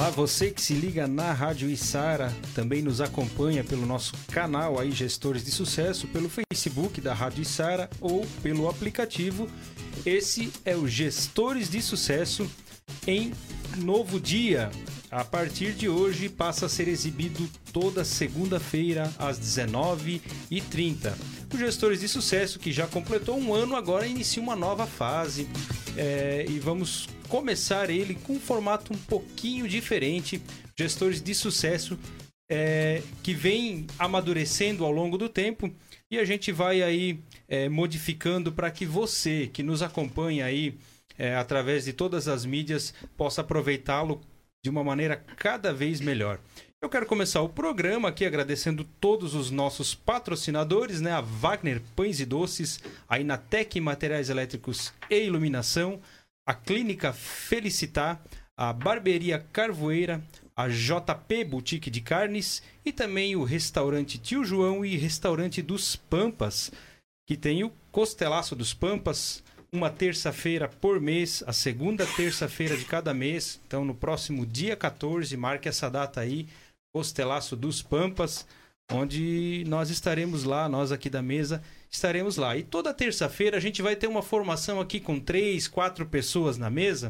Olá, você que se liga na Rádio Içara, também nos acompanha pelo nosso canal aí, Gestores de Sucesso, pelo Facebook da Rádio Içara ou pelo aplicativo. Esse é o Gestores de Sucesso em novo dia. A partir de hoje passa a ser exibido toda segunda-feira às 19h30. O Gestores de Sucesso, que já completou um ano, agora inicia uma nova fase e vamos começar ele com um formato um pouquinho diferente. Gestores de Sucesso que vem amadurecendo ao longo do tempo e a gente vai aí modificando para que você que nos acompanha aí através de todas as mídias possa aproveitá-lo de uma maneira cada vez melhor. Eu quero começar o programa aqui agradecendo todos os nossos patrocinadores, né? A Wagner Pães e Doces, a Inatec Materiais Elétricos e Iluminação, a Clínica Felicitar, a Barbearia Carvoeira, a JP Boutique de Carnes e também o Restaurante Tio João e Restaurante dos Pampas, que tem o Costelaço dos Pampas, uma terça-feira por mês, a segunda terça-feira de cada mês. Então, no próximo dia 14, marque essa data aí, Costelaço dos Pampas, onde nós estaremos lá, nós aqui da mesa estaremos lá. E toda terça-feira a gente vai ter uma formação aqui com 3, 4 pessoas na mesa.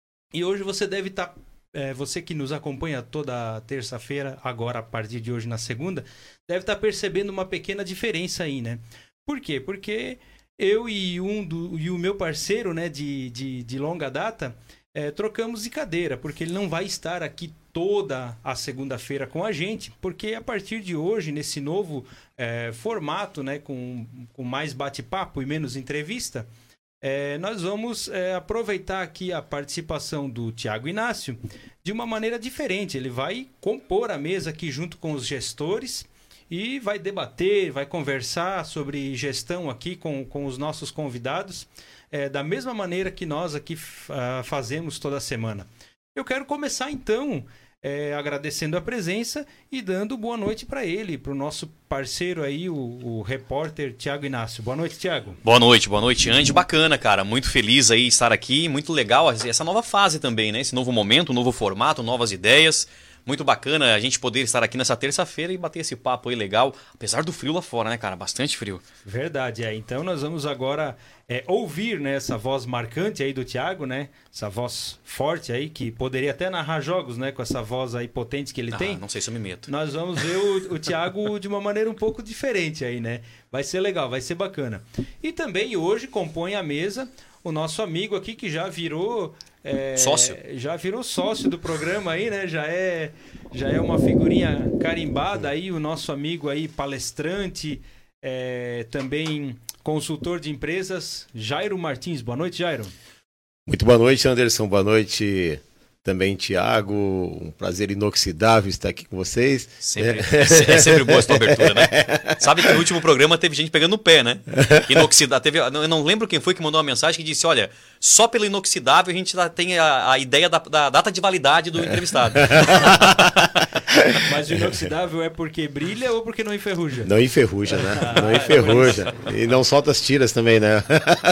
E hoje você deve estar, você que nos acompanha toda terça-feira, agora a partir de hoje na segunda, deve estar percebendo uma pequena diferença aí, né? Por quê? Porque eu e o meu parceiro, né, de longa data, trocamos de cadeira, porque ele não vai estar aqui toda a segunda-feira com a gente, porque a partir de hoje, nesse novo formato, né, com mais bate-papo e menos entrevista, nós vamos aproveitar aqui a participação do Tiago Inácio de uma maneira diferente. Ele vai compor a mesa aqui junto com os gestores e vai debater, vai conversar sobre gestão aqui com os nossos convidados, da mesma maneira que nós aqui fazemos toda semana. Eu quero começar então agradecendo a presença e dando boa noite para ele, para o nosso parceiro aí, o repórter Tiago Inácio. Boa noite, Tiago. Boa noite, Andy. Bacana, cara. Muito feliz aí estar aqui, muito legal essa nova fase também, né? Esse novo momento, um novo formato, novas ideias. Muito bacana a gente poder estar aqui nessa terça-feira e bater esse papo aí legal, apesar do frio lá fora, né, cara? Bastante frio. Verdade, Então nós vamos agora ouvir, né, essa voz marcante aí do Thiago, né? Essa voz forte aí, que poderia até narrar jogos, né? Com essa voz aí potente que ele tem. Não sei se eu me meto. Nós vamos ver o Thiago de uma maneira um pouco diferente aí, né? Vai ser legal, vai ser bacana. E também hoje compõe a mesa o nosso amigo aqui que já virou... sócio? Já virou sócio do programa aí, né? Já é uma figurinha carimbada aí, o nosso amigo aí, palestrante, também consultor de empresas, Jairo Martins. Boa noite, Jairo. Muito boa noite, Anderson. Boa noite também, Tiago. Um prazer inoxidável estar aqui com vocês. É sempre boa essa tua abertura, né? Sabe que no último programa teve gente pegando no pé, né? Inoxidável. Eu não lembro quem foi que mandou uma mensagem que disse, olha, só pelo inoxidável a gente tem a ideia da data de validade do entrevistado. Mas o inoxidável é porque brilha ou porque não enferruja? Não enferruja, né? Não enferruja. E não solta as tiras também, né?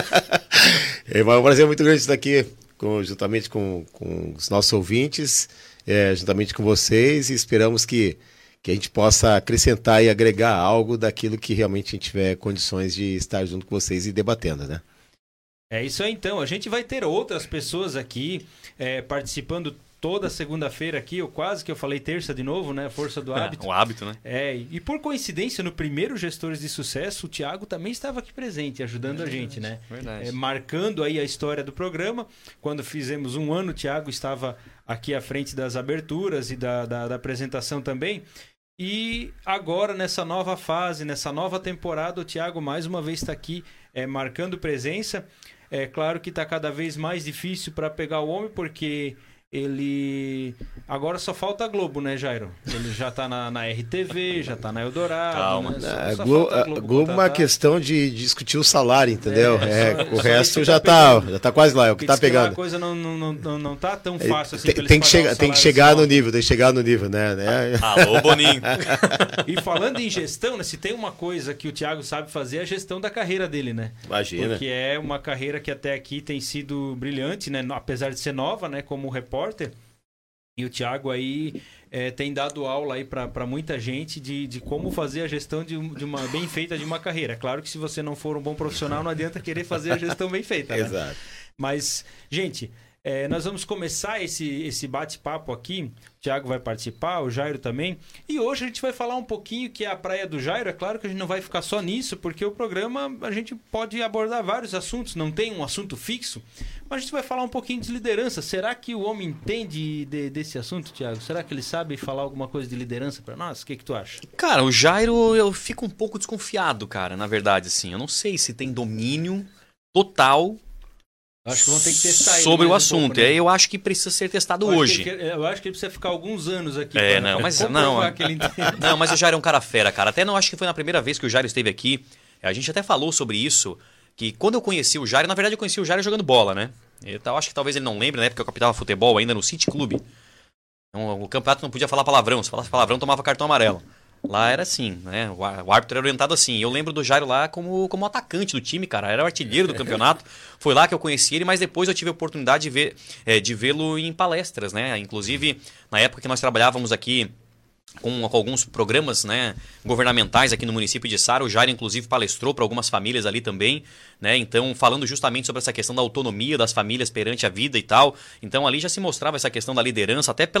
É um prazer muito grande estar aqui juntamente com os nossos ouvintes, juntamente com vocês, e esperamos que a gente possa acrescentar e agregar algo daquilo que realmente a gente tiver condições de estar junto com vocês e debatendo, né? É isso aí, então. A gente vai ter outras pessoas aqui participando toda segunda-feira aqui, ou quase que eu falei terça de novo, né? Força do hábito. O hábito, né? E por coincidência, no primeiro Gestores de Sucesso, o Thiago também estava aqui presente, ajudando a gente, né? Verdade. Marcando aí a história do programa. Quando fizemos um ano, o Thiago estava aqui à frente das aberturas e da apresentação também. E agora, nessa nova fase, nessa nova temporada, o Thiago mais uma vez está aqui marcando presença. É claro que está cada vez mais difícil para pegar o homem, porque... ele... Agora só falta a Globo, né, Jairo? Ele já tá na RTV, já tá na Eldorado. Calma. Né? A Globo é uma questão de discutir o salário, entendeu? O resto já tá quase lá, é o que tá pegando. A coisa não tá tão fácil assim. Tem que chegar no nível, né? Alô, Boninho. E falando em gestão, né? Se tem uma coisa que o Thiago sabe fazer, é a gestão da carreira dele, né? Imagina. Porque é uma carreira que até aqui tem sido brilhante, né? Apesar de ser nova, né? Como repórter. E o Thiago aí tem dado aula aí para muita gente de como fazer a gestão de uma bem feita de uma carreira. Claro que se você não for um bom profissional, não adianta querer fazer a gestão bem feita, né? Exato. Mas, gente, nós vamos começar esse bate-papo aqui. O Thiago vai participar, o Jairo também. E hoje a gente vai falar um pouquinho que é a praia do Jairo. É claro que a gente não vai ficar só nisso, porque o programa a gente pode abordar vários assuntos, não tem um assunto fixo. Mas a gente vai falar um pouquinho de liderança. Será que o homem entende desse assunto, Thiago? Será que ele sabe falar alguma coisa de liderança para nós? O que tu acha? Cara, o Jairo, eu fico um pouco desconfiado, cara, na verdade, assim. Eu não sei se tem domínio total Acho que vão ter que testar ele sobre o mais um assunto. pouco, né? Eu acho que precisa ser testado hoje. Eu acho que ele precisa ficar alguns anos aqui. Não, mas comprovar que ele entende. Não, mas o Jairo é um cara fera, cara. Até não acho que foi na primeira vez que o Jairo esteve aqui. A gente até falou sobre isso, que quando eu conheci o Jairo, na verdade eu conheci o Jairo jogando bola, né? Eu acho que talvez ele não lembre, na época que eu capitava futebol ainda no City Club. Então, o campeonato não podia falar palavrão. Se falasse palavrão, tomava cartão amarelo. Lá era assim, né? O árbitro era orientado assim. Eu lembro do Jairo lá como atacante do time, cara. Era o artilheiro do campeonato. Foi lá que eu conheci ele, mas depois eu tive a oportunidade de vê-lo em palestras, né? Inclusive, na época que nós trabalhávamos aqui com alguns programas, né, governamentais aqui no município de Sara, o Jairo inclusive palestrou para algumas famílias ali também, né, então falando justamente sobre essa questão da autonomia das famílias perante a vida e tal. Então ali já se mostrava essa questão da liderança, até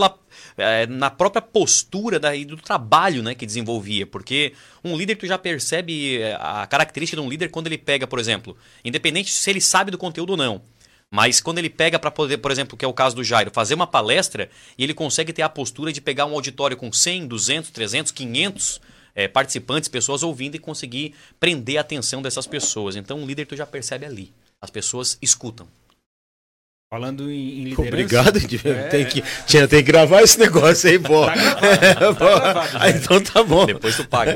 na própria postura do trabalho, né, que desenvolvia, porque um líder, tu já percebe a característica de um líder quando ele pega, por exemplo, independente se ele sabe do conteúdo ou não, mas quando ele pega para poder, por exemplo, que é o caso do Jairo, fazer uma palestra e ele consegue ter a postura de pegar um auditório com 100, 200, 300, 500 participantes, pessoas ouvindo e conseguir prender a atenção dessas pessoas. Então, um líder tu já percebe ali. As pessoas escutam. Falando em liderança... Obrigado, tem que gravar esse negócio aí, pô. Tá gravado, então tá bom. Depois tu paga.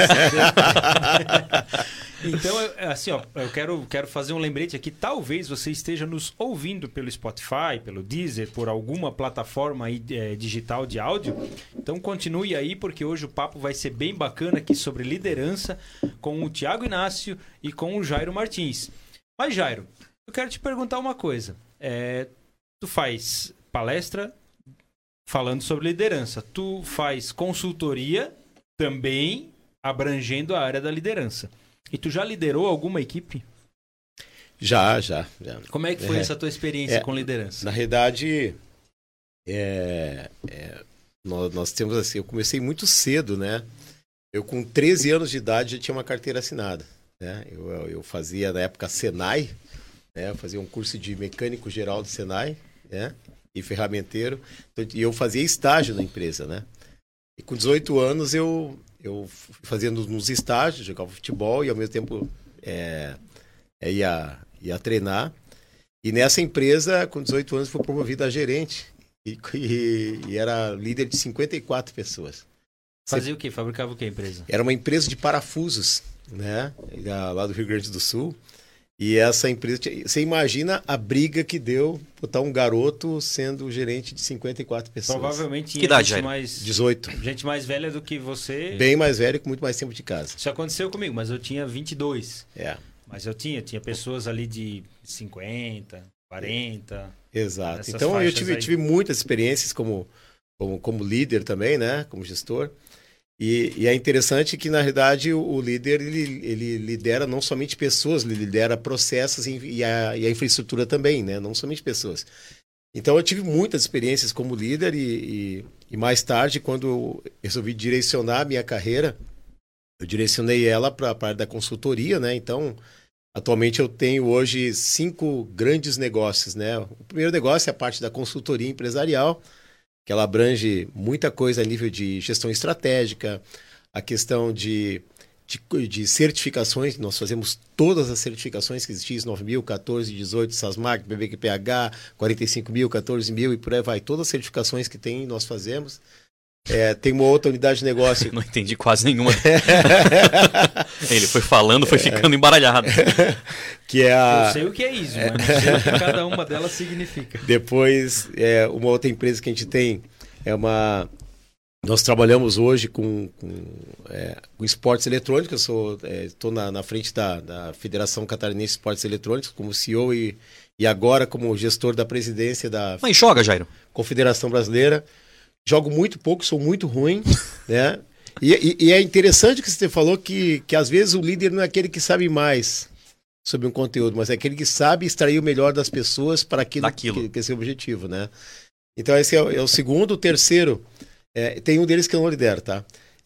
Então, assim, ó, eu quero fazer um lembrete aqui. Talvez você esteja nos ouvindo pelo Spotify, pelo Deezer, por alguma plataforma aí, digital de áudio. Então, continue aí, porque hoje o papo vai ser bem bacana aqui sobre liderança com o Thiago Inácio e com o Jairo Martins. Mas, Jairo, eu quero te perguntar uma coisa. Tu faz palestra falando sobre liderança. Tu faz consultoria também abrangendo a área da liderança. E tu já liderou alguma equipe? Já. Como é que foi essa tua experiência com liderança? Na realidade, nós temos assim, eu comecei muito cedo, né? Eu com 13 anos de idade já tinha uma carteira assinada, né? Eu fazia na época Senai, né? Eu fazia um curso de mecânico geral do Senai, né? E ferramenteiro, e eu fazia estágio na empresa, né? E com 18 anos eu fazia nos estágios, jogava futebol e ao mesmo tempo ia treinar. E nessa empresa, com 18 anos, fui promovido a gerente e era líder de 54 pessoas. Fazia o quê? Fabricava o quê a empresa? Era uma empresa de parafusos, né? Lá do Rio Grande do Sul. E essa empresa, você imagina a briga que deu botar um garoto sendo gerente de 54 pessoas. Provavelmente tinha que idade, gente mais... 18. Gente mais velha do que você. Bem mais velho, com muito mais tempo de casa. Isso aconteceu comigo, mas eu tinha 22. Mas eu tinha pessoas ali de 50, 40. Exato. Então eu tive muitas experiências como líder também, né? Como gestor. E é interessante que, na realidade, o líder ele lidera não somente pessoas, ele lidera processos e a infraestrutura também, né? Não somente pessoas. Então, eu tive muitas experiências como líder e mais tarde, quando eu resolvi direcionar a minha carreira, eu direcionei ela para a área da consultoria, né? Então, atualmente eu tenho hoje 5 grandes negócios, né? O primeiro negócio é a parte da consultoria empresarial, que ela abrange muita coisa a nível de gestão estratégica, a questão de certificações, nós fazemos todas as certificações que existem, 9.000, 14, 18, SASMAC, BBQPH, 45.000, 14.000 e por aí vai. Todas as certificações que tem, nós fazemos. Tem uma outra unidade de negócio. Não entendi quase nenhuma. Ele foi falando, foi ficando embaralhado. Eu sei o que é isso, mas não sei o que cada uma delas significa. Depois, uma outra empresa que a gente tem nós trabalhamos hoje com esportes eletrônicos. Eu estou na frente da Federação Catarinense de Esportes Eletrônicos como CEO e agora como gestor da presidência da... Mas joga, Jairo? Confederação Brasileira. Jogo muito pouco, sou muito ruim, né? E é interessante que você falou que às vezes o líder não é aquele que sabe mais sobre um conteúdo, mas é aquele que sabe extrair o melhor das pessoas para aquilo. Que é seu objetivo, né? Então esse é o segundo. O terceiro, tem um deles que eu não lidero, tá?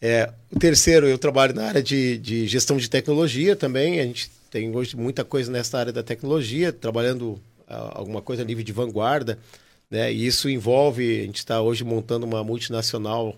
O terceiro, eu trabalho na área de gestão de tecnologia também. A gente tem hoje muita coisa nessa área da tecnologia, trabalhando alguma coisa a nível de vanguarda, né? E isso envolve, a gente está hoje montando uma multinacional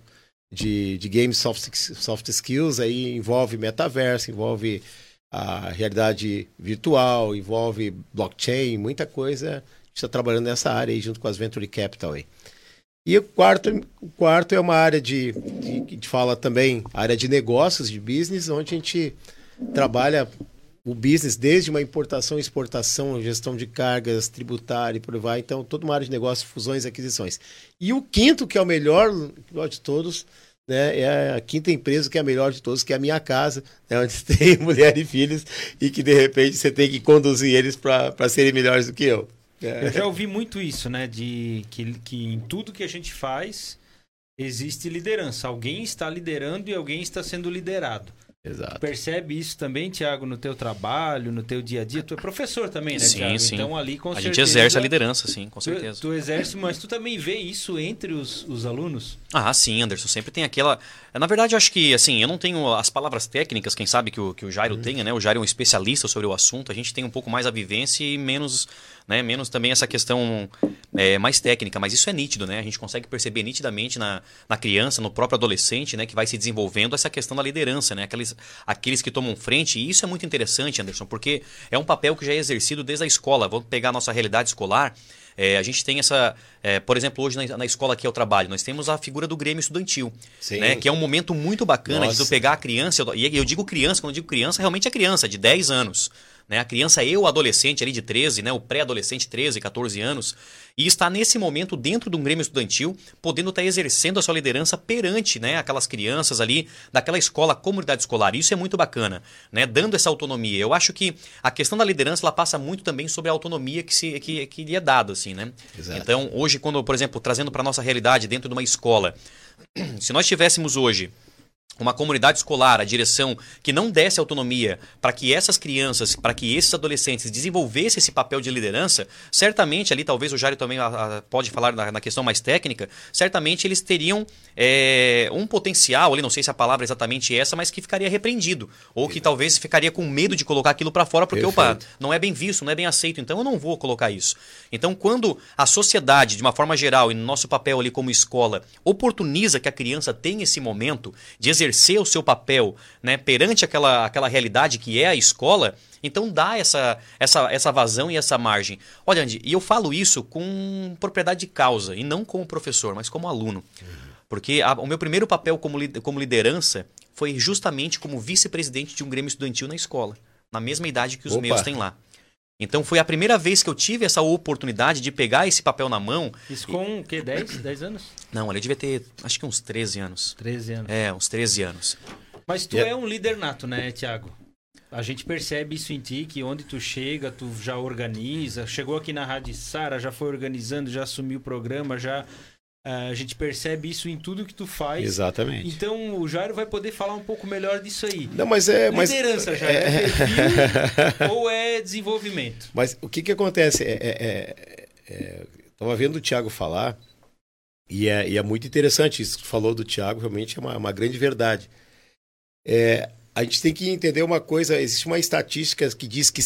de Game Soft Skills, aí envolve metaverso, envolve a realidade virtual, envolve blockchain, muita coisa. A gente está trabalhando nessa área aí junto com as Venture Capital aí. E o quarto é uma área que a gente fala também, área de negócios, de business, onde a gente trabalha o business desde uma importação, exportação, gestão de cargas, tributária e por aí vai. Então, toda uma área de negócios, fusões e aquisições. E o quinto, que é o melhor de todos, né, é a quinta empresa que é a melhor de todos, que é a Minha Casa, né, onde tem mulher e filhos e que, de repente, você tem que conduzir eles para serem melhores do que eu. Eu já ouvi muito isso, né? Que em tudo que a gente faz existe liderança. Alguém está liderando e alguém está sendo liderado. Exato. Percebe isso também, Thiago, no teu trabalho, no teu dia a dia? Tu é professor também, né, Thiago? Sim. Então ali com certeza... A gente exerce a liderança, sim, com certeza. Tu exerce, mas tu também vê isso entre os alunos? Ah, sim, Anderson. Sempre tem aquela... Na verdade, eu acho que, assim, eu não tenho as palavras técnicas, quem sabe que o Jairo tenha, né? O Jairo é um especialista sobre o assunto. A gente tem um pouco mais a vivência e menos também essa questão mais técnica. Mas isso é nítido, né? A gente consegue perceber nitidamente na criança, no próprio adolescente, né? Que vai se desenvolvendo essa questão da liderança, né? Aqueles que tomam frente. E isso é muito interessante, Anderson, porque é um papel que já é exercido desde a escola. Vamos pegar a nossa realidade escolar. A gente tem essa... por exemplo, hoje na escola que eu trabalho, nós temos a figura do Grêmio Estudantil, né, que é um momento muito bacana de tu pegar a criança, e eu digo criança, quando eu digo criança, realmente é criança, de 10 anos. Né, a criança e o adolescente ali de 13, né, o pré-adolescente 13, 14 anos, e está nesse momento dentro de um Grêmio Estudantil, podendo estar exercendo a sua liderança perante, né, aquelas crianças ali daquela escola, comunidade escolar. Isso é muito bacana, né, dando essa autonomia. Eu acho que a questão da liderança ela passa muito também sobre a autonomia que lhe é dada, assim, né? Exato. Então, hoje, quando, por exemplo, trazendo para a nossa realidade dentro de uma escola, se nós tivéssemos hoje uma comunidade escolar, a direção que não desse autonomia para que essas crianças, para que esses adolescentes desenvolvessem esse papel de liderança, certamente ali, talvez o Jairo também pode falar na questão mais técnica, certamente eles teriam um potencial ali, não sei se a palavra é exatamente essa, mas que ficaria repreendido, ou que talvez ficaria com medo de colocar aquilo para fora, porque, opa, não é bem visto, não é bem aceito, então eu não vou colocar isso. Então, quando a sociedade, de uma forma geral, e no nosso papel ali como escola, oportuniza que a criança tenha esse momento de exercer o seu papel, né, perante aquela realidade que é a escola, então dá essa vazão e essa margem. Olha, Andy, e eu falo isso com propriedade de causa, e não como professor, mas como aluno. Porque o meu primeiro papel como liderança foi justamente como vice-presidente de um Grêmio Estudantil na escola, na mesma idade que os meus têm lá. Então foi a primeira vez que eu tive essa oportunidade de pegar esse papel na mão. Isso com o quê? 10 anos? Não, olha, eu devia ter, acho que uns 13 anos. 13 anos. Uns 13 anos. Mas tu é um líder nato, né, Thiago? A gente percebe isso em ti, que onde tu chega, tu já organiza. Chegou aqui na Rádio Sara, já foi organizando, já assumiu o programa, já... A gente percebe isso em tudo que tu faz. Exatamente. Então o Jairo vai poder falar um pouco melhor disso aí. Não, mas liderança, Jairo, é perfil ou é desenvolvimento? Mas o que acontece? Estava vendo o Thiago falar e é muito interessante isso que tu falou do Thiago, realmente é uma grande verdade. A gente tem que entender uma coisa, existe uma estatística que diz que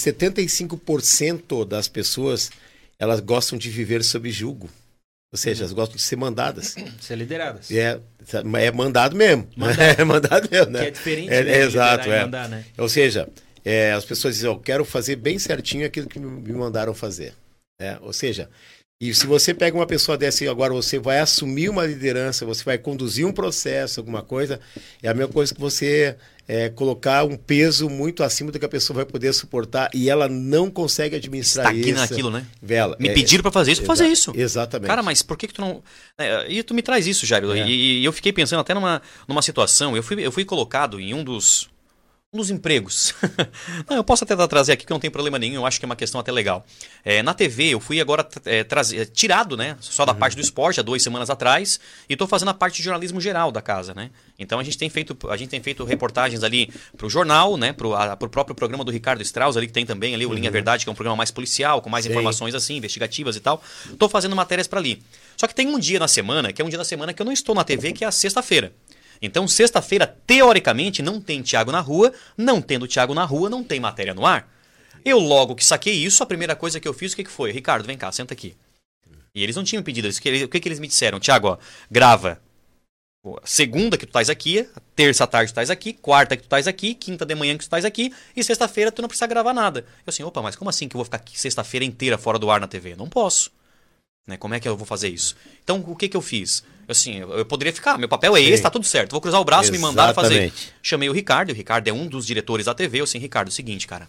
75% das pessoas elas gostam de viver sob julgo. Ou seja, elas gostam de ser mandadas. Ser lideradas. É mandado mesmo. É mandado mesmo, né? Que é diferente de exato, mandar, né? Ou seja, as pessoas dizem, eu quero fazer bem certinho aquilo que me mandaram fazer. Ou seja, e se você pega uma pessoa dessa e agora você vai assumir uma liderança, você vai conduzir um processo, alguma coisa, é a mesma coisa que você colocar um peso muito acima do que a pessoa vai poder suportar e ela não consegue administrar isso. Está aqui naquilo, né? Vela. Me pediram para fazer isso, vou fazer isso. Exatamente. Cara, mas por que tu não... E tu me traz isso, Jairo. E eu fiquei pensando até numa situação, eu fui colocado em um dos Um dos empregos. Não, eu posso até trazer aqui, que não tem problema nenhum, eu acho que é uma questão até legal. Na TV, eu fui agora tirado, né? Só da parte do esporte, há 2 semanas atrás, e estou fazendo a parte de jornalismo geral da casa, né? Então a gente tem feito reportagens ali pro jornal, né? Pro próprio programa do Ricardo Strauss ali, que tem também ali o Linha Verdade, que é um programa mais policial, com mais informações assim, investigativas e tal. Estou fazendo matérias para ali. Só que tem um dia na semana, que é um dia da semana que eu não estou na TV, que é a sexta-feira. Então, sexta-feira, teoricamente, não tem Thiago na rua. Não tendo Thiago na rua, não tem matéria no ar. Eu, logo que saquei isso, a primeira coisa que eu fiz, o que foi? Ricardo, vem cá, senta aqui. E eles não tinham pedido isso. O que eles me disseram? Thiago, ó, grava segunda que tu estás aqui, terça à tarde tu estás aqui, quarta que tu estás aqui, quinta de manhã que tu estás aqui, e sexta-feira tu não precisa gravar nada. Eu assim, opa, mas como assim que eu vou ficar aqui sexta-feira inteira fora do ar na TV? Não posso. Né? Como é que eu vou fazer isso? Então, o que eu fiz? Assim, eu poderia ficar, meu papel é esse, tá tudo certo. Vou cruzar o braço e me mandaram fazer. Chamei o Ricardo é um dos diretores da TV. Eu assim, Ricardo, é o seguinte, cara.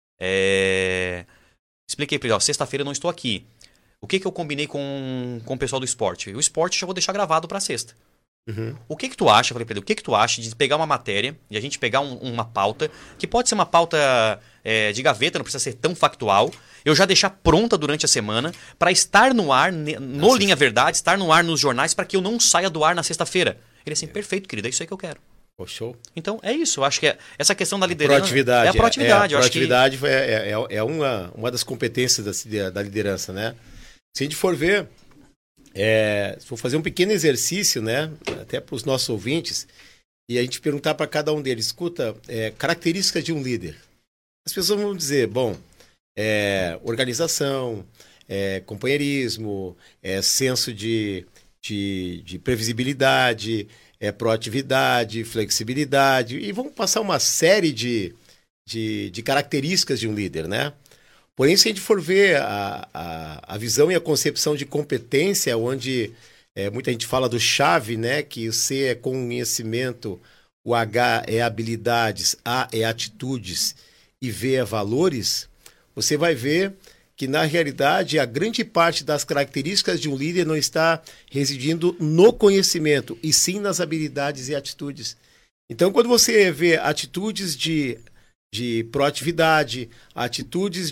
Expliquei pra ele, ó, sexta-feira eu não estou aqui. O que eu combinei com o pessoal do esporte? O esporte eu já vou deixar gravado pra sexta. O que tu acha? Eu falei pra ele, o que tu acha de pegar uma matéria e a gente pegar uma pauta, que pode ser uma pauta de gaveta, não precisa ser tão factual, eu já deixar pronta durante a semana para estar no ar, no Linha Verdade, estar no ar nos jornais, para que eu não saia do ar na sexta-feira. Ele assim, perfeito, querido, é isso aí que eu quero. Oh, show. Então, é isso. Eu acho que essa questão da liderança... Proatividade. É a proatividade. A proatividade é uma das competências da liderança, né? Se a gente for ver, se for fazer um pequeno exercício, né? Até para os nossos ouvintes, e a gente perguntar para cada um deles, escuta, características de um líder. As pessoas vão dizer, bom, organização, companheirismo, senso de previsibilidade, proatividade, flexibilidade, e vão passar uma série de características de um líder, né? Porém, se a gente for ver a visão e a concepção de competência, onde muita gente fala do chave, né? Que o C é conhecimento, o H é habilidades, A é atitudes e V é valores, você vai ver que, na realidade, a grande parte das características de um líder não está residindo no conhecimento, e sim nas habilidades e atitudes. Então, quando você vê atitudes de proatividade, atitudes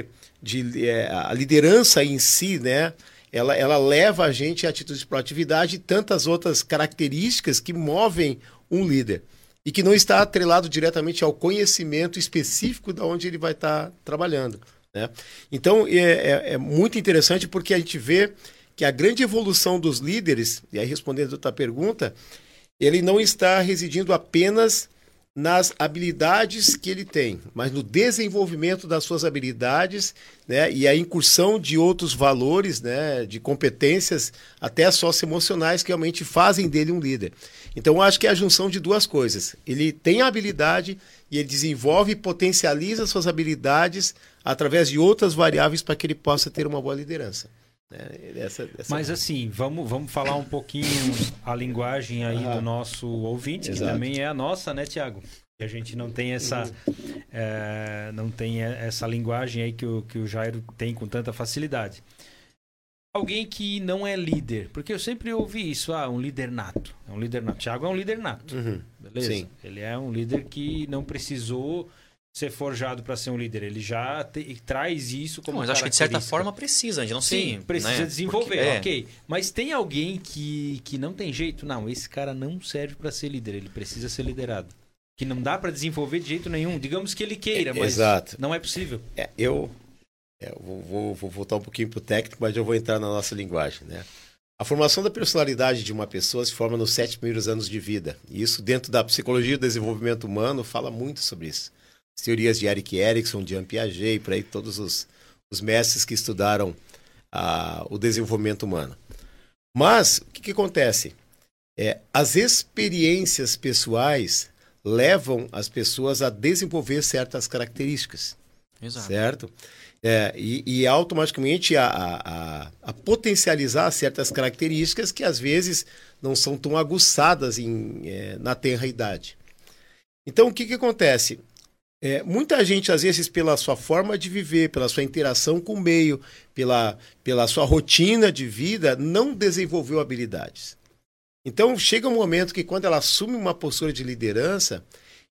a liderança em si, né? Ela leva a gente a atitudes de proatividade e tantas outras características que movem um líder e que não está atrelado diretamente ao conhecimento específico de onde ele vai estar trabalhando, né? Então, é muito interessante porque a gente vê que a grande evolução dos líderes, e aí respondendo a tua pergunta, ele não está residindo apenas nas habilidades que ele tem, mas no desenvolvimento das suas habilidades, né, e a incursão de outros valores, né, de competências até socioemocionais que realmente fazem dele um líder. Então, eu acho que é a junção de duas coisas. Ele tem a habilidade e ele desenvolve e potencializa suas habilidades através de outras variáveis para que ele possa ter uma boa liderança. Mas assim, vamos falar um pouquinho a linguagem aí do nosso ouvinte, que também é a noça, né, Thiago? Que a gente não tem essa linguagem aí que o Jairo tem com tanta facilidade. Alguém que não é líder, porque eu sempre ouvi isso, um líder nato. É um líder nato. Thiago é um líder nato. Beleza? Sim. Ele é um líder que não precisou ser forjado para ser um líder. Ele já traz isso como mas acho que de certa forma precisa, a gente não sei. Sim, precisa desenvolver, ok. Mas tem alguém que não tem jeito? Não, esse cara não serve para ser líder, ele precisa ser liderado. Que não dá para desenvolver de jeito nenhum. Digamos que ele queira, mas não é possível. Eu vou voltar um pouquinho para o técnico, mas eu vou entrar na nossa linguagem, né? A formação da personalidade de uma pessoa se forma nos 7 primeiros anos de vida. E isso, dentro da psicologia do desenvolvimento humano, fala muito sobre isso. As teorias de Erik Erikson, de Jean Piaget, e por aí todos os mestres que estudaram o desenvolvimento humano. Mas, o que acontece? As experiências pessoais levam as pessoas a desenvolver certas características. Exato. Certo? E automaticamente a potencializar certas características que às vezes não são tão aguçadas na tenra idade. Então, o que acontece? Muita gente, às vezes, pela sua forma de viver, pela sua interação com o meio, pela sua rotina de vida, não desenvolveu habilidades. Então, chega um momento que quando ela assume uma postura de liderança,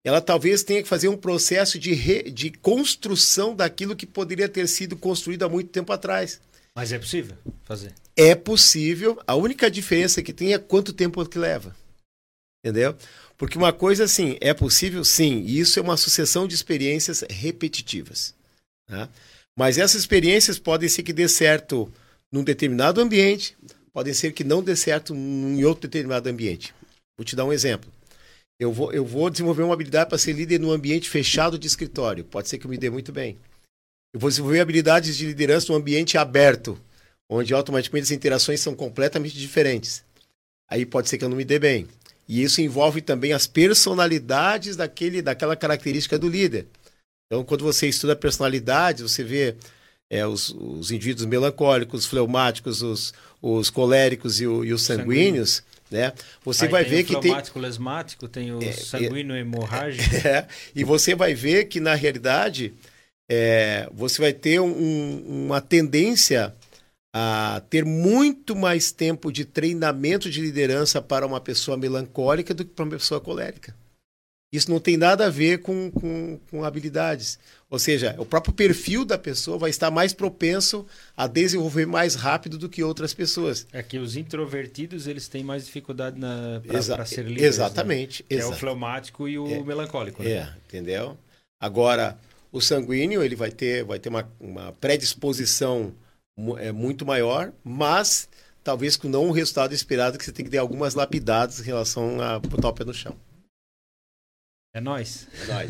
ela talvez tenha que fazer um processo de construção daquilo que poderia ter sido construído há muito tempo atrás. Mas é possível fazer? É possível. A única diferença que tem é quanto tempo que leva. Entendeu? Porque uma coisa assim, é possível? Sim. E isso é uma sucessão de experiências repetitivas. Tá? Mas essas experiências podem ser que dê certo num determinado ambiente, podem ser que não dê certo em outro determinado ambiente. Vou te dar um exemplo. Eu vou desenvolver uma habilidade para ser líder num ambiente fechado de escritório. Pode ser que eu me dê muito bem. Eu vou desenvolver habilidades de liderança num ambiente aberto, onde automaticamente as interações são completamente diferentes. Aí pode ser que eu não me dê bem. E isso envolve também as personalidades daquela característica do líder. Então, quando você estuda a personalidade, você vê os indivíduos melancólicos, fleumáticos, os coléricos e os sanguíneos, né? Você vai ver que tem... o fleumático, lesmático, tem o sanguíneo hemorrágico. E você vai ver que, na realidade, você vai ter uma tendência a ter muito mais tempo de treinamento de liderança para uma pessoa melancólica do que para uma pessoa colérica. Isso não tem nada a ver com habilidades. Ou seja, o próprio perfil da pessoa vai estar mais propenso a desenvolver mais rápido do que outras pessoas. É que os introvertidos, eles têm mais dificuldade para ser líderes. Exatamente. Né? É o fleumático e o melancólico. Né? Entendeu? Agora, o sanguíneo, ele vai ter uma predisposição muito maior, mas talvez com não um resultado esperado, que você tem que ter algumas lapidadas em relação a botar o pé no chão. É nóis. É nóis.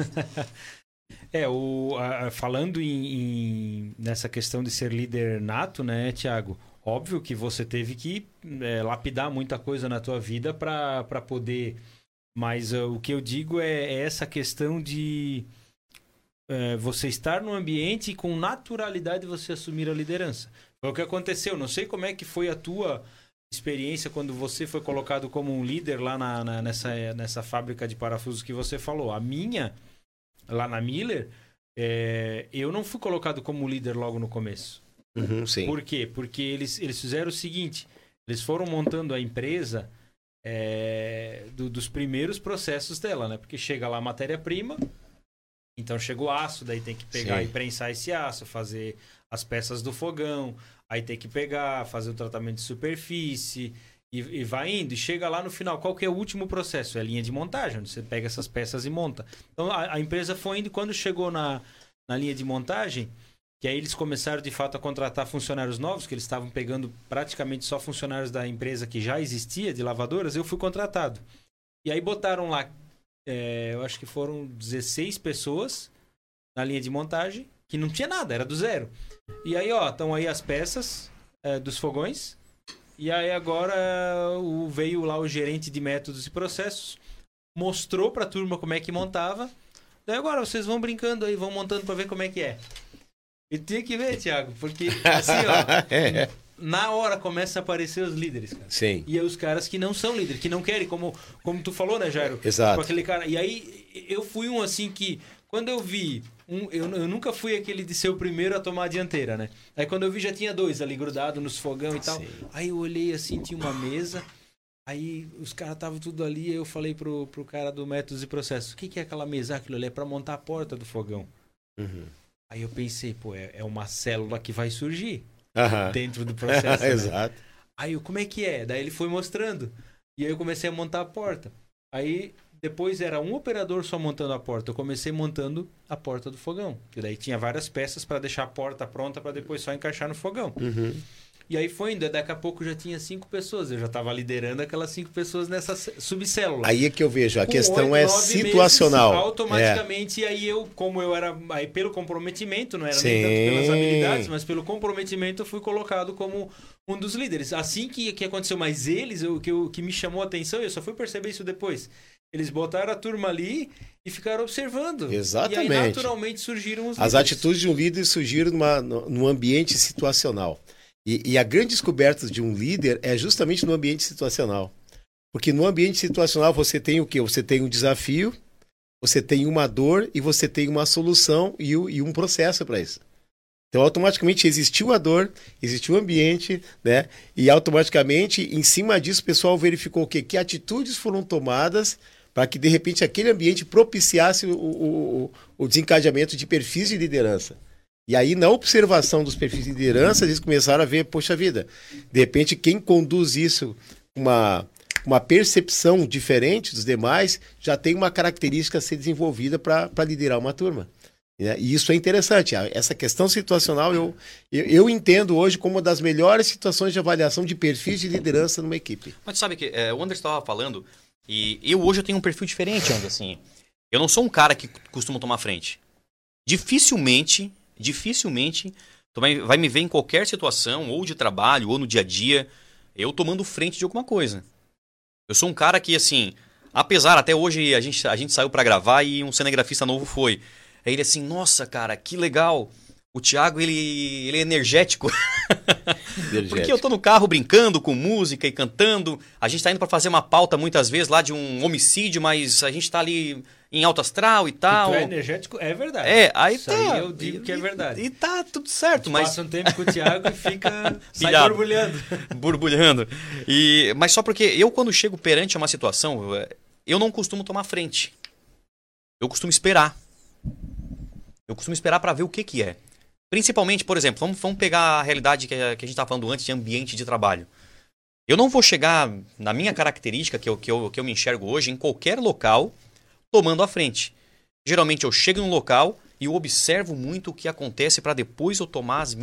Falando nessa questão de ser líder nato, né, Thiago? Óbvio que você teve que lapidar muita coisa na tua vida para poder... Mas o que eu digo é essa questão de você estar no ambiente e com naturalidade você assumir a liderança. Foi o que aconteceu. Não sei como é que foi a tua experiência quando você foi colocado como um líder lá nessa fábrica de parafusos que você falou. A minha, lá na Miller, eu não fui colocado como líder logo no começo. Sim. Por quê? Porque eles fizeram o seguinte, eles foram montando a empresa dos primeiros processos dela, né? Porque chega lá a matéria-prima, então chega o aço, daí tem que pegar e prensar esse aço, fazer as peças do fogão, aí tem que pegar, fazer o tratamento de superfície e vai indo. E chega lá no final, qual que é o último processo? É a linha de montagem, onde você pega essas peças e monta. Então a empresa foi indo, quando chegou na linha de montagem, que aí eles começaram de fato a contratar funcionários novos, que eles estavam pegando praticamente só funcionários da empresa que já existia, de lavadoras, eu fui contratado. E aí botaram lá, eu acho que foram 16 pessoas na linha de montagem, que não tinha nada, era do zero. E aí, estão aí as peças dos fogões. E aí agora veio lá o gerente de métodos e processos, mostrou pra turma como é que montava. Daí agora vocês vão brincando aí, vão montando pra ver como é que é. E tinha que ver, Thiago, porque assim, na hora começa a aparecer os líderes, cara. Sim. E os caras que não são líderes, que não querem, como tu falou, né, Jairo? Exato. Com aquele cara. E aí eu fui um assim que, quando eu vi, eu nunca fui aquele de ser o primeiro a tomar a dianteira, né? Aí quando eu vi, já tinha 2 ali grudados nos fogão e tal. Sim. Aí eu olhei assim, tinha uma mesa, aí os caras estavam tudo ali, aí eu falei pro cara do métodos e processos, o que é aquela mesa? Aquilo ali é pra montar a porta do fogão. Aí eu pensei, é uma célula que vai surgir dentro do processo. Né? Exato. Aí como é que é? Daí ele foi mostrando. E aí eu comecei a montar a porta. Aí depois era um operador só montando a porta. Eu comecei montando a porta do fogão. E daí tinha várias peças para deixar a porta pronta para depois só encaixar no fogão. E aí foi indo. Daqui a pouco já tinha 5 pessoas. Eu já estava liderando aquelas 5 pessoas nessa subcélula. Aí é que eu vejo. A questão é situacional. Meses, automaticamente, e aí como eu era... Aí pelo comprometimento, não era nem tanto pelas habilidades, mas pelo comprometimento eu fui colocado como um dos líderes. Assim que aconteceu. Mas eles, o que me chamou a atenção, eu só fui perceber isso depois. Eles botaram a turma ali e ficaram observando. Exatamente. E aí naturalmente surgiram os líderes. As atitudes de um líder surgiram num ambiente situacional. E a grande descoberta de um líder é justamente no ambiente situacional. Porque no ambiente situacional você tem o quê? Você tem um desafio, você tem uma dor e você tem uma solução e um processo para isso. Então, automaticamente existiu a dor, existiu o ambiente, né? E automaticamente, em cima disso, o pessoal verificou o quê? Que atitudes foram tomadas para que, de repente, aquele ambiente propiciasse o desencadeamento de perfis de liderança. E aí, na observação dos perfis de liderança, eles começaram a ver, poxa vida, de repente, quem conduz isso, uma percepção diferente dos demais, já tem uma característica a ser desenvolvida para liderar uma turma. Né? E isso é interessante. Essa questão situacional eu entendo hoje como uma das melhores situações de avaliação de perfis de liderança numa equipe. Mas sabe que o Anderson estava falando, e hoje eu tenho um perfil diferente, Anderson. Assim, eu não sou um cara que costuma tomar frente. Dificilmente tu vai me ver em qualquer situação, ou de trabalho, ou no dia a dia, eu tomando frente de alguma coisa. Eu sou um cara que, assim, apesar, até hoje a gente saiu para gravar e um cinegrafista novo foi. Aí ele assim, nossa, cara, que legal. O Thiago, ele é energético. Porque eu tô no carro brincando com música e cantando. A gente tá indo para fazer uma pauta muitas vezes lá de um homicídio, mas a gente tá ali em alto astral e tal. Tu é energético, é verdade. Aí isso tá. Aí eu digo que é verdade. E tá tudo certo, mas... Passa um tempo com o Thiago e fica... sai borbulhando. Borbulhando. Mas só porque eu, quando chego perante uma situação, eu não costumo tomar frente. Eu costumo esperar. Eu costumo esperar para ver o que é. Principalmente, por exemplo, vamos pegar a realidade que a gente estava falando antes de ambiente de trabalho. Eu não vou chegar, na minha característica, que eu me enxergo hoje, em qualquer local, tomando a frente. Geralmente eu chego num local e eu observo muito o que acontece para depois eu tomar os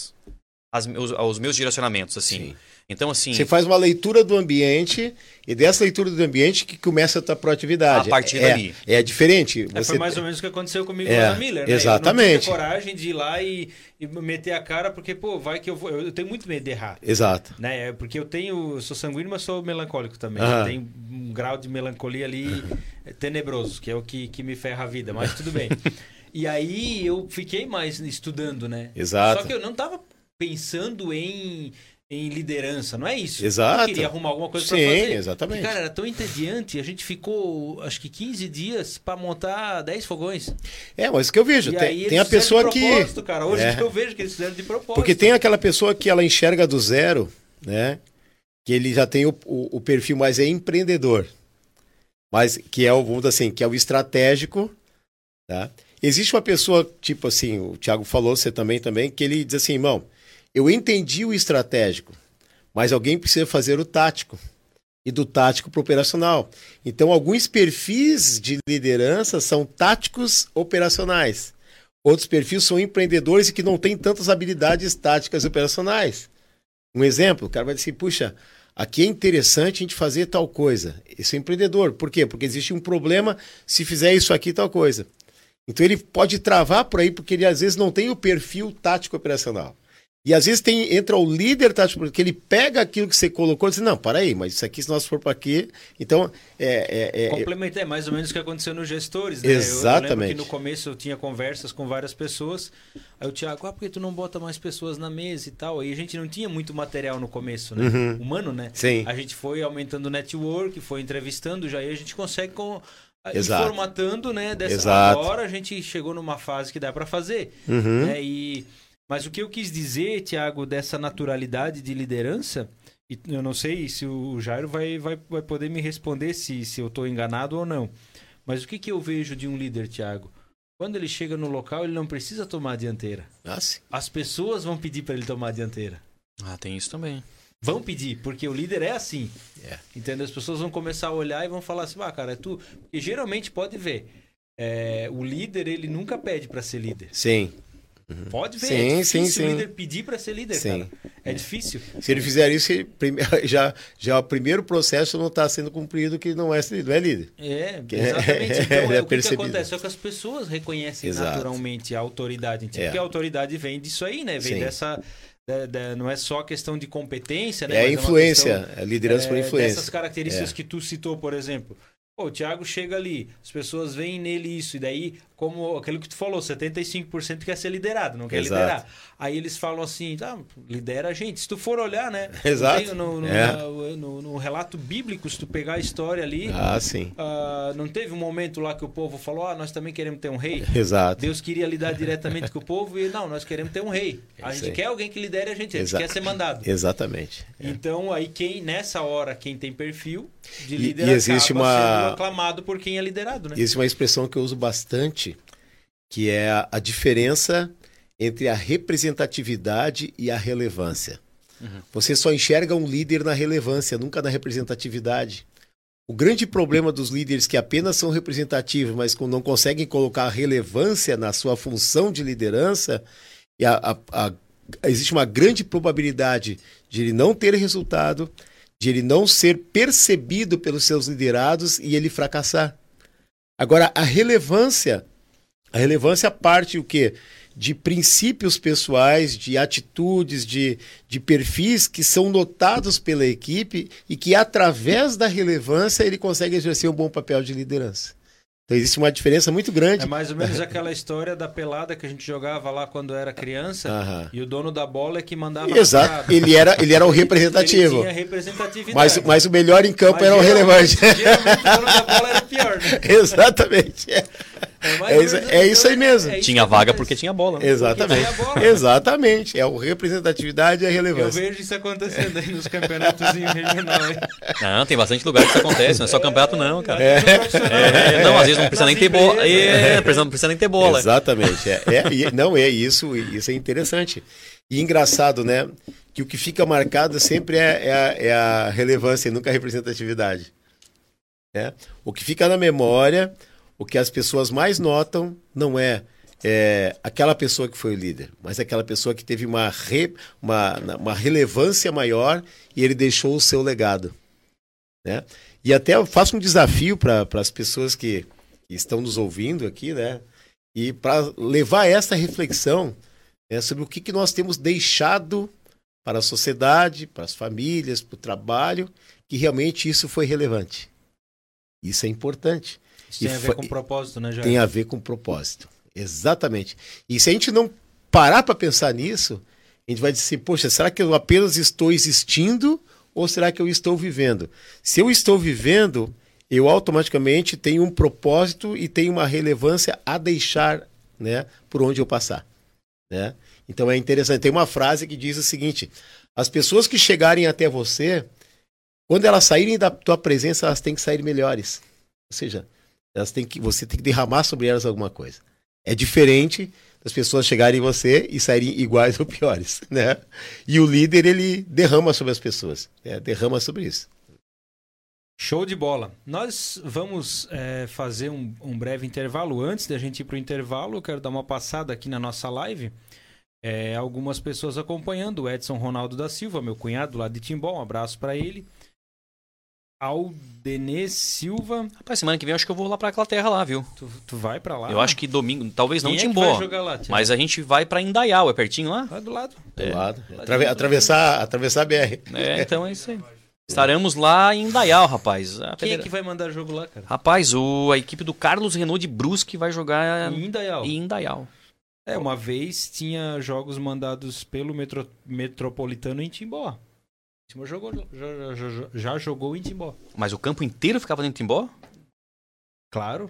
meus direcionamentos, assim. Sim. Então, assim... Você faz uma leitura do ambiente e dessa leitura do ambiente que começa a tua proatividade. A partir dali. É diferente. Foi mais ou menos o que aconteceu comigo na Miller, né? Exatamente. Eu não tive coragem de ir lá e meter a cara, porque, vai que eu tenho muito medo de errar. Exato. Né? Porque eu sou sanguíneo, mas sou melancólico também. Eu tenho um grau de melancolia ali tenebroso, que é o que me ferra a vida, mas tudo bem. E aí eu fiquei mais estudando, né? Exato. Só que eu não estava pensando em liderança, não é isso? Exato. Eu queria arrumar alguma coisa para fazer. Sim, exatamente. E, cara, era tão entediante, a gente ficou, acho que 15 dias para montar 10 fogões. Mas o que eu vejo, tem a pessoa que... Cara, hoje eu vejo que eles fizeram de propósito. Porque tem aquela pessoa que ela enxerga do zero, né? Que ele já tem o perfil mais empreendedor. Mas que é vamos dizer assim, que é o estratégico, tá? Existe uma pessoa, tipo assim, o Thiago falou, você também, que ele diz assim, irmão, eu entendi o estratégico, mas alguém precisa fazer o tático. E do tático para o operacional. Então, alguns perfis de liderança são táticos operacionais. Outros perfis são empreendedores e que não têm tantas habilidades táticas e operacionais. Um exemplo, o cara vai dizer assim, puxa, aqui é interessante a gente fazer tal coisa. Esse é empreendedor. Por quê? Porque existe um problema se fizer isso aqui tal coisa. Então, ele pode travar por aí porque ele às vezes não tem o perfil tático operacional. E às vezes entra o líder tático, porque ele pega aquilo que você colocou e diz, não, para aí, mas isso aqui, se nós for para aqui... Então, complementar, é mais ou menos o que aconteceu nos gestores, né? Exatamente. Eu lembro que no começo eu tinha conversas com várias pessoas, aí o Thiago, por que tu não bota mais pessoas na mesa e tal? Aí a gente não tinha muito material no começo, né? Humano, né? Sim. A gente foi aumentando o network, foi entrevistando, já aí a gente consegue... ir formatando, né? Agora a gente chegou numa fase que dá para fazer. Né? Mas o que eu quis dizer, Thiago, dessa naturalidade de liderança, e eu não sei se o Jairo vai poder me responder se eu estou enganado ou não. Mas o que eu vejo de um líder, Thiago? Quando ele chega no local, ele não precisa tomar a dianteira. Sim. As pessoas vão pedir para ele tomar a dianteira. Tem isso também. Vão pedir, porque o líder é assim. Entendeu? As pessoas vão começar a olhar e vão falar assim, cara, é tu. Porque geralmente, pode ver, o líder, ele nunca pede para ser líder. Sim. Pode ver, sim, é difícil sim. o líder pedir para ser líder, cara. É difícil. Se ele fizer isso, já o primeiro processo não está sendo cumprido, que não é líder. Exatamente. Então, o que acontece é que as pessoas reconhecem naturalmente a autoridade. Porque a autoridade vem disso aí, né? Vem dessa... não é só questão de competência, né? É a influência, é liderança por influência. Essas características que tu citou, por exemplo. O Thiago chega ali, as pessoas veem nele isso, e daí como aquilo que tu falou, 75% quer ser liderado, não quer Exato. liderar. Aí eles falam assim, lidera a gente. Se tu for olhar, né? Exato. No relato bíblico, se tu pegar a história ali, Sim. não teve um momento lá que o povo falou, nós também queremos ter um rei? Exato. Deus queria lidar diretamente com o povo e não, nós queremos ter um rei. A gente quer alguém que lidere a gente quer ser mandado. Exatamente. Então, aí nessa hora, quem tem perfil de líder e existe sendo aclamado por quem é liderado, né? Existe uma expressão que eu uso bastante, que é a diferença entre a representatividade e a relevância. Você só enxerga um líder na relevância, nunca na representatividade. O grande problema dos líderes que apenas são representativos, mas não conseguem colocar a relevância na sua função de liderança, existe uma grande probabilidade de ele não ter resultado, de ele não ser percebido pelos seus liderados e ele fracassar. Agora, a relevância parte o quê? De princípios pessoais, de atitudes, de perfis que são notados pela equipe e que, através da relevância, ele consegue exercer um bom papel de liderança. Então, existe uma diferença muito grande. É mais ou menos aquela história da pelada que a gente jogava lá quando era criança e o dono da bola é que mandava. Exato, ele era o representativo. Ele tinha representatividade. Mas o melhor em campo era o relevante. Geralmente o dono da bola era o pior, né? Exatamente. É isso aí mesmo. Tinha vaga porque tinha bola. Né? Exatamente. Tinha bola. Exatamente. É a representatividade e a relevância. Eu vejo isso acontecendo aí nos campeonatos regionais. Não, tem bastante lugar que isso acontece. Não é só campeonato não, cara. Não, às vezes não precisa nem ter bola. Não precisa nem ter bola. Exatamente. Isso é interessante. E engraçado, né? Que o que fica marcado sempre é a relevância e nunca a representatividade. Né? O que fica na memória, o que as pessoas mais notam, não é aquela pessoa que foi o líder, mas aquela pessoa que teve uma relevância maior e ele deixou o seu legado. Né? E até eu faço um desafio para as pessoas que estão nos ouvindo aqui, né? E para levar essa reflexão sobre o que nós temos deixado para a sociedade, para as famílias, para o trabalho, que realmente isso foi relevante. Isso é importante. Isso tem a ver com propósito, né, Jair? Tem a ver com propósito. Exatamente. E se a gente não parar para pensar nisso, a gente vai dizer, poxa, será que eu apenas estou existindo ou será que eu estou vivendo? Se eu estou vivendo, eu automaticamente tenho um propósito e tenho uma relevância a deixar, né, por onde eu passar. Né? Então é interessante. Tem uma frase que diz o seguinte: as pessoas que chegarem até você, quando elas saírem da tua presença, elas têm que sair melhores. Ou seja, você tem que derramar sobre elas alguma coisa. É diferente das pessoas chegarem em você e saírem iguais ou piores, né? E o líder, ele derrama sobre as pessoas, derrama sobre isso. Show de bola. Nós vamos fazer um breve intervalo. Antes da gente ir para o intervalo, eu quero dar uma passada aqui na nossa live. Algumas pessoas acompanhando. O Edson Ronaldo da Silva, meu cunhado lá de Timbó, um abraço para ele. Aldenê Silva. Rapaz, semana que vem eu acho que eu vou lá pra Inglaterra lá, viu? Tu vai pra lá? Eu acho que domingo, talvez não Quem Timbó. vai jogar lá, mas a gente vai pra Indaial, é pertinho lá? Vai do lado. Do lado. Atravessar a BR. Então é isso aí. Estaremos lá em Indaial, rapaz. Quem é que vai mandar jogo lá, cara? Rapaz, a equipe do Carlos Renault de Brusque vai jogar em Indaial. Uma vez tinha jogos mandados pelo Metropolitano em Timbó. Já jogou em Timbó. Mas o campo inteiro ficava dentro de Timbó? Claro.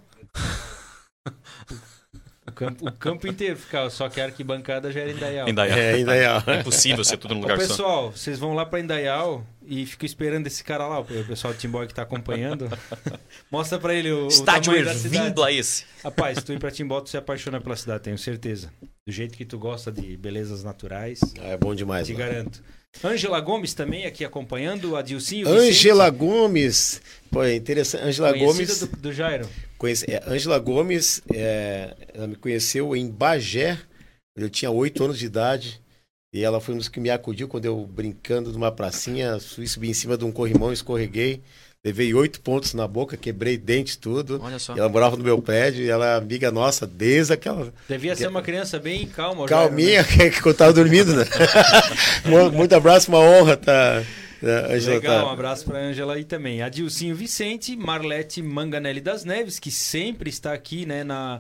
O campo inteiro ficava, só que a arquibancada já era em Indaial. Indaial. É impossível ser tudo no lugar pessoal, só. Pessoal, vocês vão lá pra Indaial e ficam esperando esse cara lá, o pessoal de Timbó que tá acompanhando. Mostra pra ele o estádio tamanho da cidade. A esse. Rapaz, se tu ir pra Timbó, tu se apaixona pela cidade, tenho certeza. Do jeito que tu gosta de belezas naturais. É bom demais. Te garanto. Ângela Gomes também aqui acompanhando, a Dilcinho Ângela Gomes, pô, é interessante. Ângela Gomes do Jairo. Ângela Gomes, ela me conheceu em Bagé, eu tinha 8 anos de idade, e ela foi um dos que me acudiu quando eu, brincando numa pracinha, subi em cima de um corrimão, escorreguei, levei 8 pontos na boca, quebrei dente tudo. Olha só. Ela morava no meu prédio e ela é amiga nossa desde aquela... Devia ser uma criança bem calma. Calminha, Jairo, né? Que eu tava dormindo, né? Muito abraço, uma honra, tá? Angela, legal, um abraço para a Ângela aí também. A Dilcinho Vicente, Marlete Manganelli das Neves, que sempre está aqui, né,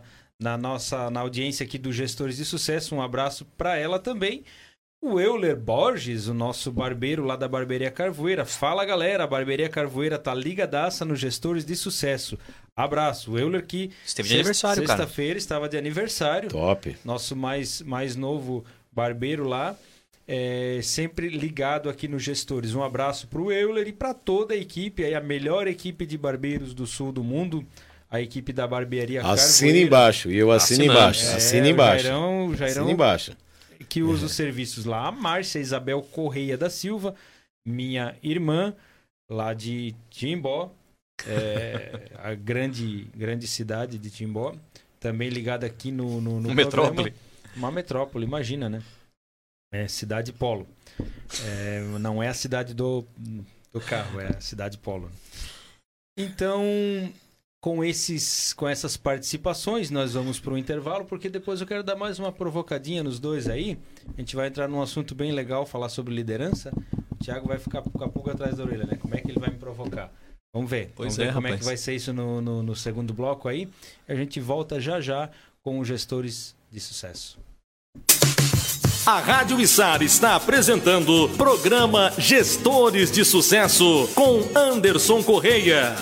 na audiência aqui do Gestores de Sucesso. Um abraço para ela também. O Euler Borges, o nosso barbeiro lá da Barbearia Carvoeira. Fala, galera, a Barbearia Carvoeira tá ligadaça no Gestores de Sucesso. Abraço. O Euler que esteve de aniversário, cara. Sexta-feira estava de aniversário. Top. Nosso mais novo barbeiro lá. Sempre ligado aqui no Gestores. Um abraço pro Euler e para toda a equipe, aí a melhor equipe de barbeiros do sul do mundo. A equipe da Barbearia Carvoeira. Assina embaixo. E eu assino embaixo. Assina embaixo. Jairão, assina embaixo. Que usa os serviços lá. A Márcia Isabel Correia da Silva, minha irmã, lá de Timbó, a grande cidade de Timbó, também ligada aqui no metrópole. Uma metrópole, imagina, né? Cidade Polo. Não é a cidade do carro, é a cidade Polo. Então, com essas participações, nós vamos para o intervalo, porque depois eu quero dar mais uma provocadinha nos dois aí. A gente vai entrar num assunto bem legal, falar sobre liderança. O Thiago vai ficar com a pulga atrás da orelha, né? Como é que ele vai me provocar? Vamos ver. Vamos ver como é que vai ser isso no segundo bloco aí. A gente volta já com os Gestores de Sucesso. A Rádio Içara está apresentando o programa Gestores de Sucesso com Anderson Correia.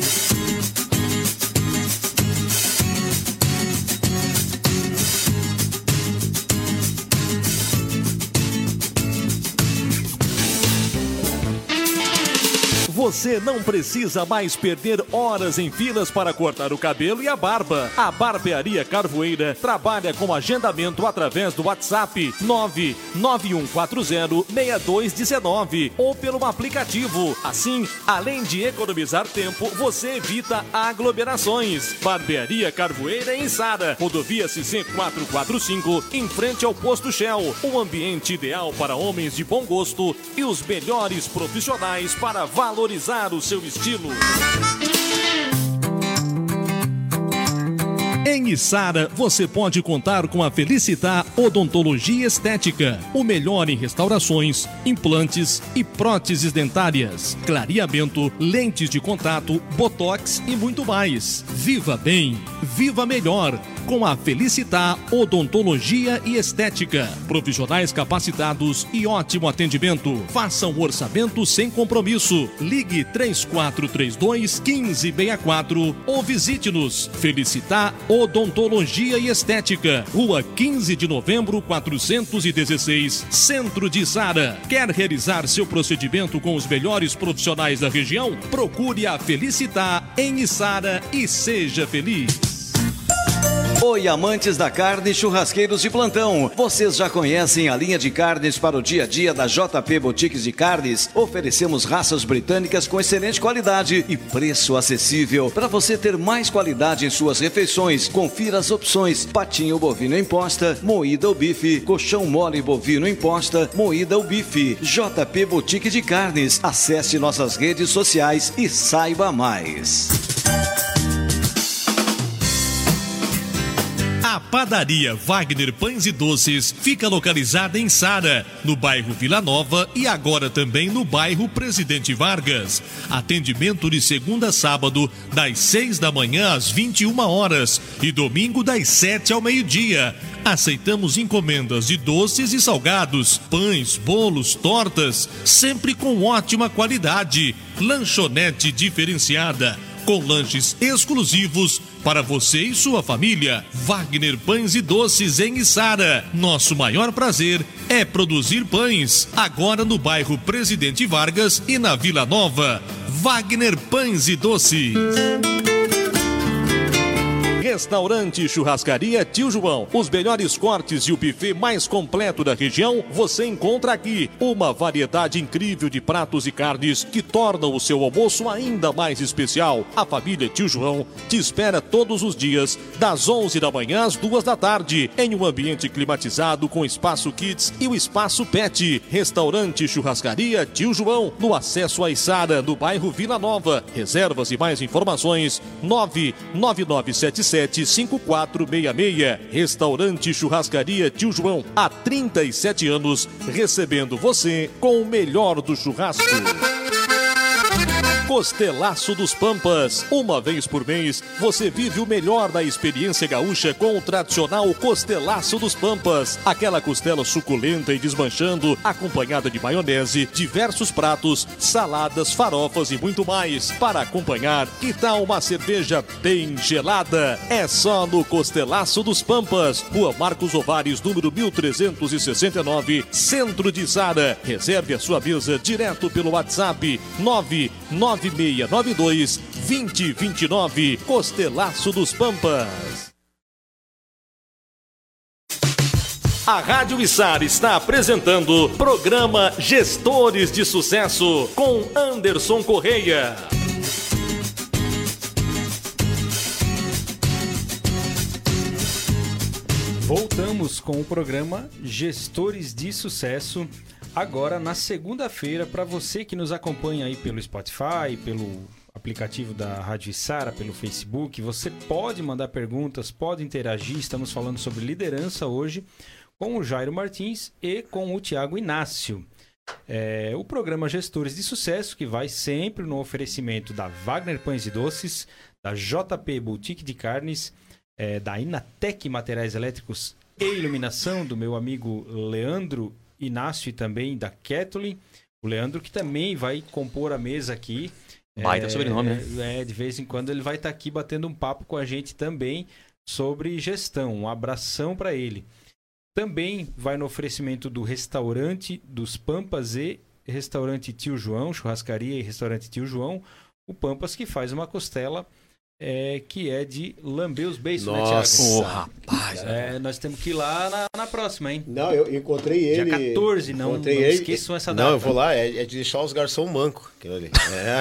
Você não precisa mais perder horas em filas para cortar o cabelo e a barba. A Barbearia Carvoeira trabalha com agendamento através do WhatsApp 991406219 ou pelo aplicativo. Assim, além de economizar tempo, você evita aglomerações. Barbearia Carvoeira em Içara, rodovia CC 445, em frente ao posto Shell. Um ambiente ideal para homens de bom gosto e os melhores profissionais para valorizar o seu estilo. Em Içara, você pode contar com a Felicitar Odontologia Estética, o melhor em restaurações, implantes e próteses dentárias, clareamento, lentes de contato, botox e muito mais. Viva bem, viva melhor com a Felicitar Odontologia e Estética. Profissionais capacitados e ótimo atendimento. Faça um orçamento sem compromisso. Ligue 3432-1564 ou visite-nos. Felicitar Odontologia e Estética. Rua 15 de Novembro, 416, Centro de Içara. Quer realizar seu procedimento com os melhores profissionais da região? Procure a Felicitar em Içara e seja feliz. Oi, amantes da carne, churrasqueiros de plantão. Vocês já conhecem a linha de carnes para o dia a dia da JP Boutiques de Carnes. Oferecemos raças britânicas com excelente qualidade e preço acessível. Para você ter mais qualidade em suas refeições, confira as opções: patinho bovino em posta, moída ou bife, colchão mole bovino em posta, moída ou bife. JP Boutique de Carnes. Acesse nossas redes sociais e saiba mais. A Padaria Wagner Pães e Doces fica localizada em Içara, no bairro Vila Nova e agora também no bairro Presidente Vargas. Atendimento de segunda a sábado, das 6 da manhã às 21 horas e domingo das 7 ao meio-dia. Aceitamos encomendas de doces e salgados, pães, bolos, tortas, sempre com ótima qualidade. Lanchonete diferenciada, com lanches exclusivos para você e sua família. Wagner Pães e Doces em Içara. Nosso maior prazer é produzir pães. Agora no bairro Presidente Vargas e na Vila Nova. Wagner Pães e Doces. Restaurante Churrascaria Tio João. Os melhores cortes e o buffet mais completo da região você encontra aqui. Uma variedade incrível de pratos e carnes que tornam o seu almoço ainda mais especial. A família Tio João te espera todos os dias, das 11 da manhã às 2 da tarde, em um ambiente climatizado com espaço kids e o espaço pet. Restaurante Churrascaria Tio João, no acesso a Içara, no bairro Vila Nova. Reservas e mais informações 99977 5466. Restaurante Churrascaria Tio João, há 37 anos, recebendo você com o melhor do churrasco. Costelaço dos Pampas. Uma vez por mês, você vive o melhor da experiência gaúcha com o tradicional Costelaço dos Pampas. Aquela costela suculenta e desmanchando, acompanhada de maionese, diversos pratos, saladas, farofas e muito mais. Para acompanhar, que tal uma cerveja bem gelada? É só no Costelaço dos Pampas, Rua Marcos Ovares, número 1369, Centro de Sara. Reserve a sua mesa direto pelo WhatsApp 99692-2029. Costelaço dos Pampas. A Rádio Içara está apresentando programa Gestores de Sucesso com Anderson Correia. Voltamos com o programa Gestores de Sucesso, agora na segunda-feira. Para você que nos acompanha aí pelo Spotify, pelo aplicativo da Rádio Içara, pelo Facebook, você pode mandar perguntas, pode interagir. Estamos falando sobre liderança hoje com o Jairo Martins e com o Tiago Inácio. O programa Gestores de Sucesso, que vai sempre no oferecimento da Wagner Pães e Doces, da JP Boutique de Carnes, da Inatec Materiais Elétricos e Iluminação, do meu amigo Leandro Inácio e também da Kathleen. O Leandro que também vai compor a mesa aqui. Baita sobrenome, né? De vez em quando ele vai estar aqui batendo um papo com a gente também sobre gestão. Um abração para ele. Também vai no oferecimento do Restaurante dos Pampas e Restaurante Tio João, Churrascaria e Restaurante Tio João. O Pampas que faz uma costela que é de lamber os beiços, né, Thiago? Nossa, rapaz. Nós temos que ir lá na próxima, hein? Não, eu encontrei ele. Dia 14, não esqueçam essa data. Não, eu vou lá, é de deixar os garçom manco, aquilo ali.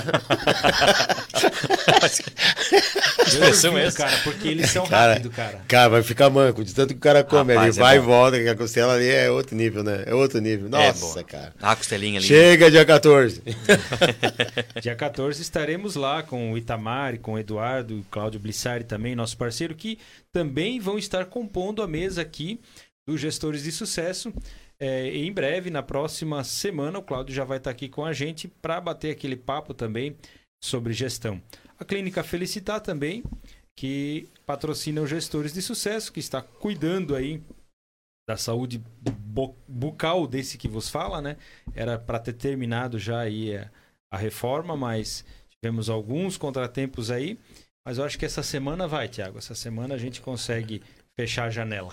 Expressão essa, cara, porque eles são rápidos, cara. Cara, vai ficar manco, de tanto que o cara come. Rapaz, ali, vai e volta, que a costela ali é outro nível, né? É outro nível. Nossa, cara. A costelinha ali. Chega dia 14. Dia 14 estaremos lá com o Itamar, com o Eduardo, o Cláudio Blissari também, nosso parceiro, que também vão estar compondo a mesa aqui dos Gestores de Sucesso. E em breve, na próxima semana, o Cláudio já vai estar aqui com a gente para bater aquele papo também sobre gestão. A Clínica Felicitar também, que patrocina os Gestores de Sucesso, que está cuidando aí da saúde bucal desse que vos fala, né? Era para ter terminado já aí a reforma, mas tivemos alguns contratempos aí. Mas eu acho que essa semana vai, Thiago. Essa semana a gente consegue fechar a janela.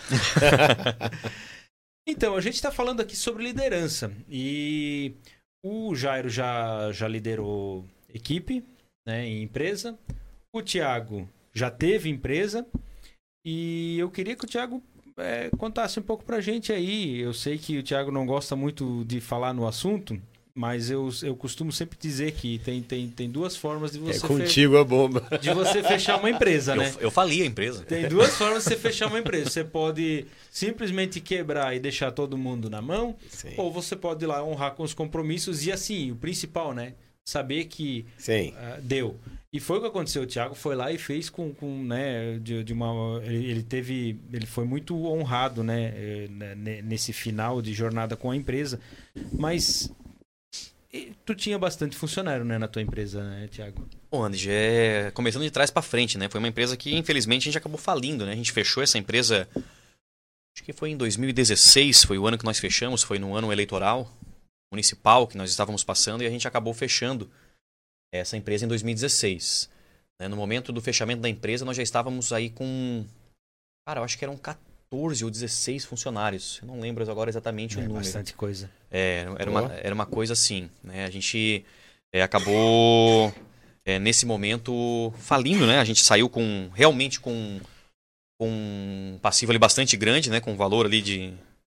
Então, a gente está falando aqui sobre liderança. E o Jairo já liderou equipe, né, em empresa. O Thiago já teve empresa. E eu queria que o Thiago contasse um pouco pra gente aí. Eu sei que o Thiago não gosta muito de falar no assunto, mas eu costumo sempre dizer que tem duas formas de você... contigo a bomba. De você fechar uma empresa, né? Eu fali a empresa. Tem duas formas de você fechar uma empresa. Você pode simplesmente quebrar e deixar todo mundo na mão. Sim. Ou você pode ir lá honrar com os compromissos. E assim, o principal, né? Saber que deu. E foi o que aconteceu. O Thiago foi lá e fez com né, ele foi muito honrado, né, nesse final de jornada com a empresa. Mas tu tinha bastante funcionário, né, na tua empresa, né, Thiago? Bom, Andy, começando de trás para frente, né? Foi uma empresa que, infelizmente, a gente acabou falindo, né? A gente fechou essa empresa, acho que foi em 2016, foi o ano que nós fechamos, foi no ano eleitoral municipal que nós estávamos passando, e a gente acabou fechando essa empresa em 2016. No momento do fechamento da empresa, nós já estávamos aí com... Cara, eu acho que eram 14 ou 16 funcionários. Eu não lembro agora exatamente o número. Bastante coisa. Era uma coisa assim, né? A gente acabou, nesse momento, falindo, né? A gente saiu realmente com um passivo ali bastante grande, né? Com um valor ali de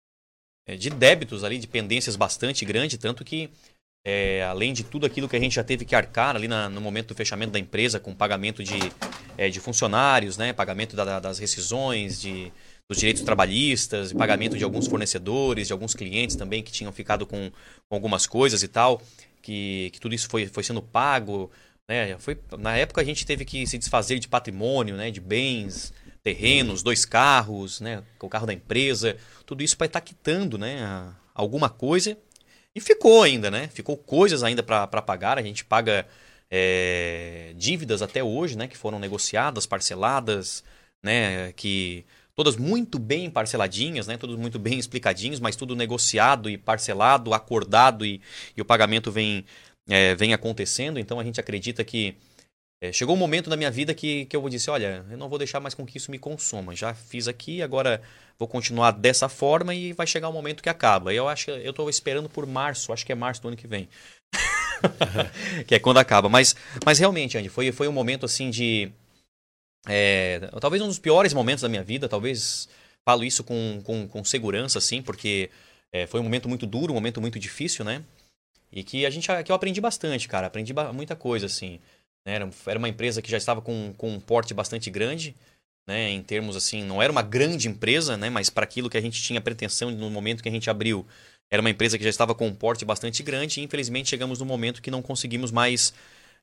débitos ali, de pendências bastante grande, tanto que além de tudo aquilo que a gente já teve que arcar ali no momento do fechamento da empresa, com pagamento de funcionários, né? Pagamento das rescisões, dos direitos trabalhistas, pagamento de alguns fornecedores, de alguns clientes também que tinham ficado com algumas coisas e tal, que tudo isso foi sendo pago, né? Na época a gente teve que se desfazer de patrimônio, né? De bens, terrenos, 2 carros, né? O carro da empresa, tudo isso vai estar quitando, né? Alguma coisa. E ficou ainda, né? Ficou coisas ainda para pagar. A gente paga dívidas até hoje, né, que foram negociadas, parceladas, né, que todas muito bem parceladinhas, né, todos muito bem explicadinhos, mas tudo negociado e parcelado, acordado e o pagamento vem acontecendo. Então a gente acredita que chegou um momento na minha vida que eu disse, olha, eu não vou deixar mais com que isso me consuma. Já fiz aqui, agora vou continuar dessa forma e vai chegar um momento que acaba. Eu acho que eu estou esperando por março, acho que é março do ano que vem. Que é quando acaba. Mas realmente, Andy, foi um momento assim de... talvez um dos piores momentos da minha vida, talvez falo isso com segurança, assim, porque foi um momento muito duro, um momento muito difícil, né? E que eu aprendi bastante, cara. Aprendi muita coisa, assim. Era uma empresa que já estava com um porte bastante grande, né? Em termos, assim, não era uma grande empresa, né? Mas para aquilo que a gente tinha pretensão no momento que a gente abriu, era uma empresa que já estava com um porte bastante grande e infelizmente chegamos num momento que não conseguimos mais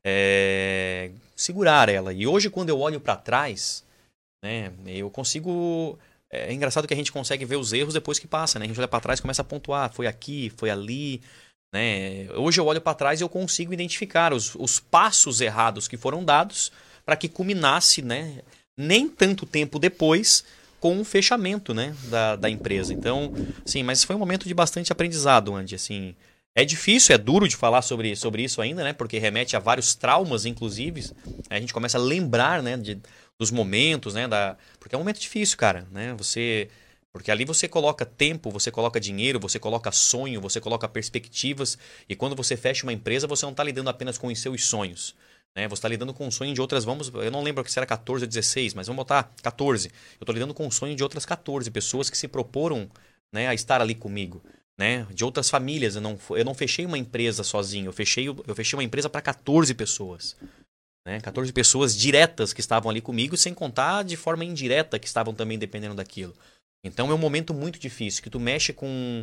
segurar ela. E hoje, quando eu olho para trás, né? Eu consigo... É engraçado que a gente consegue ver os erros depois que passa, né? A gente olha para trás e começa a pontuar, foi aqui, foi ali... Né? Hoje eu olho para trás e eu consigo identificar os passos errados que foram dados para que culminasse, né, nem tanto tempo depois com o fechamento, né, da empresa. Então, sim, mas foi um momento de bastante aprendizado, Andy. Assim, é difícil, é duro de falar sobre isso ainda, né, porque remete a vários traumas, inclusive. A gente começa a lembrar, né, dos momentos, né, porque é um momento difícil, cara, né, porque ali você coloca tempo, você coloca dinheiro, você coloca sonho, você coloca perspectivas. E quando você fecha uma empresa, você não está lidando apenas com os seus sonhos, né? Você está lidando com o sonho de outras, eu não lembro se era 14 ou 16, mas vamos botar 14. Eu estou lidando com o sonho de outras 14 pessoas que se proporam, né, a estar ali comigo, né? De outras famílias. Eu não fechei uma empresa sozinho, eu fechei uma empresa para 14 pessoas. Né? 14 pessoas diretas que estavam ali comigo, sem contar de forma indireta que estavam também dependendo daquilo. Então é um momento muito difícil, que tu mexe com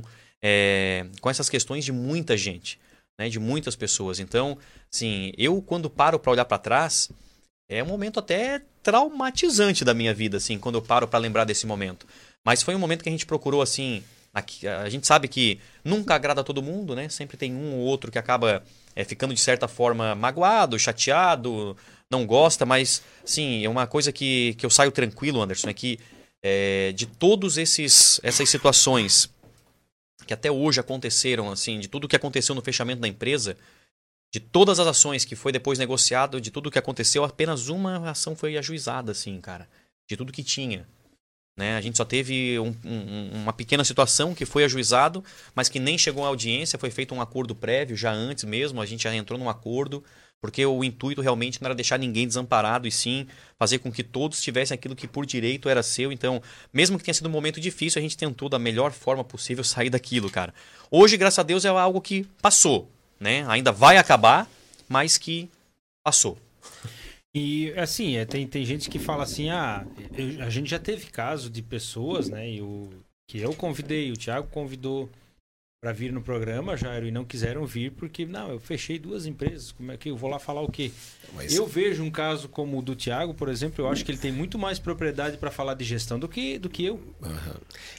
essas questões de muita gente, né? De muitas pessoas. Então, assim, eu quando paro para olhar para trás, é um momento até traumatizante da minha vida, assim, quando eu paro para lembrar desse momento. Mas foi um momento que a gente procurou, assim, a gente sabe que nunca agrada a todo mundo, né? Sempre tem um ou outro que acaba ficando de certa forma magoado, chateado, não gosta, mas, sim, é uma coisa que eu saio tranquilo, Anderson, é que de todas essas situações que até hoje aconteceram, assim, de tudo que aconteceu no fechamento da empresa, de todas as ações que foi depois negociado, de tudo que aconteceu, apenas uma ação foi ajuizada, assim, cara, de tudo que tinha. Né? A gente só teve uma pequena situação que foi ajuizado, mas que nem chegou à audiência, foi feito um acordo prévio, já antes mesmo, a gente já entrou num acordo, porque o intuito realmente não era deixar ninguém desamparado, e sim fazer com que todos tivessem aquilo que por direito era seu. Então, mesmo que tenha sido um momento difícil, a gente tentou da melhor forma possível sair daquilo, cara. Hoje, graças a Deus, é algo que passou, né? Ainda vai acabar, mas que passou. E, assim, tem gente que fala assim, a gente já teve caso de pessoas, né, que eu convidei, o Thiago convidou para vir no programa, Jairo, e não quiseram vir porque, não, eu fechei 2 empresas, como é que eu vou lá falar o quê? Mas... Eu vejo um caso como o do Thiago, por exemplo, eu acho que ele tem muito mais propriedade para falar de gestão do que eu. Uhum.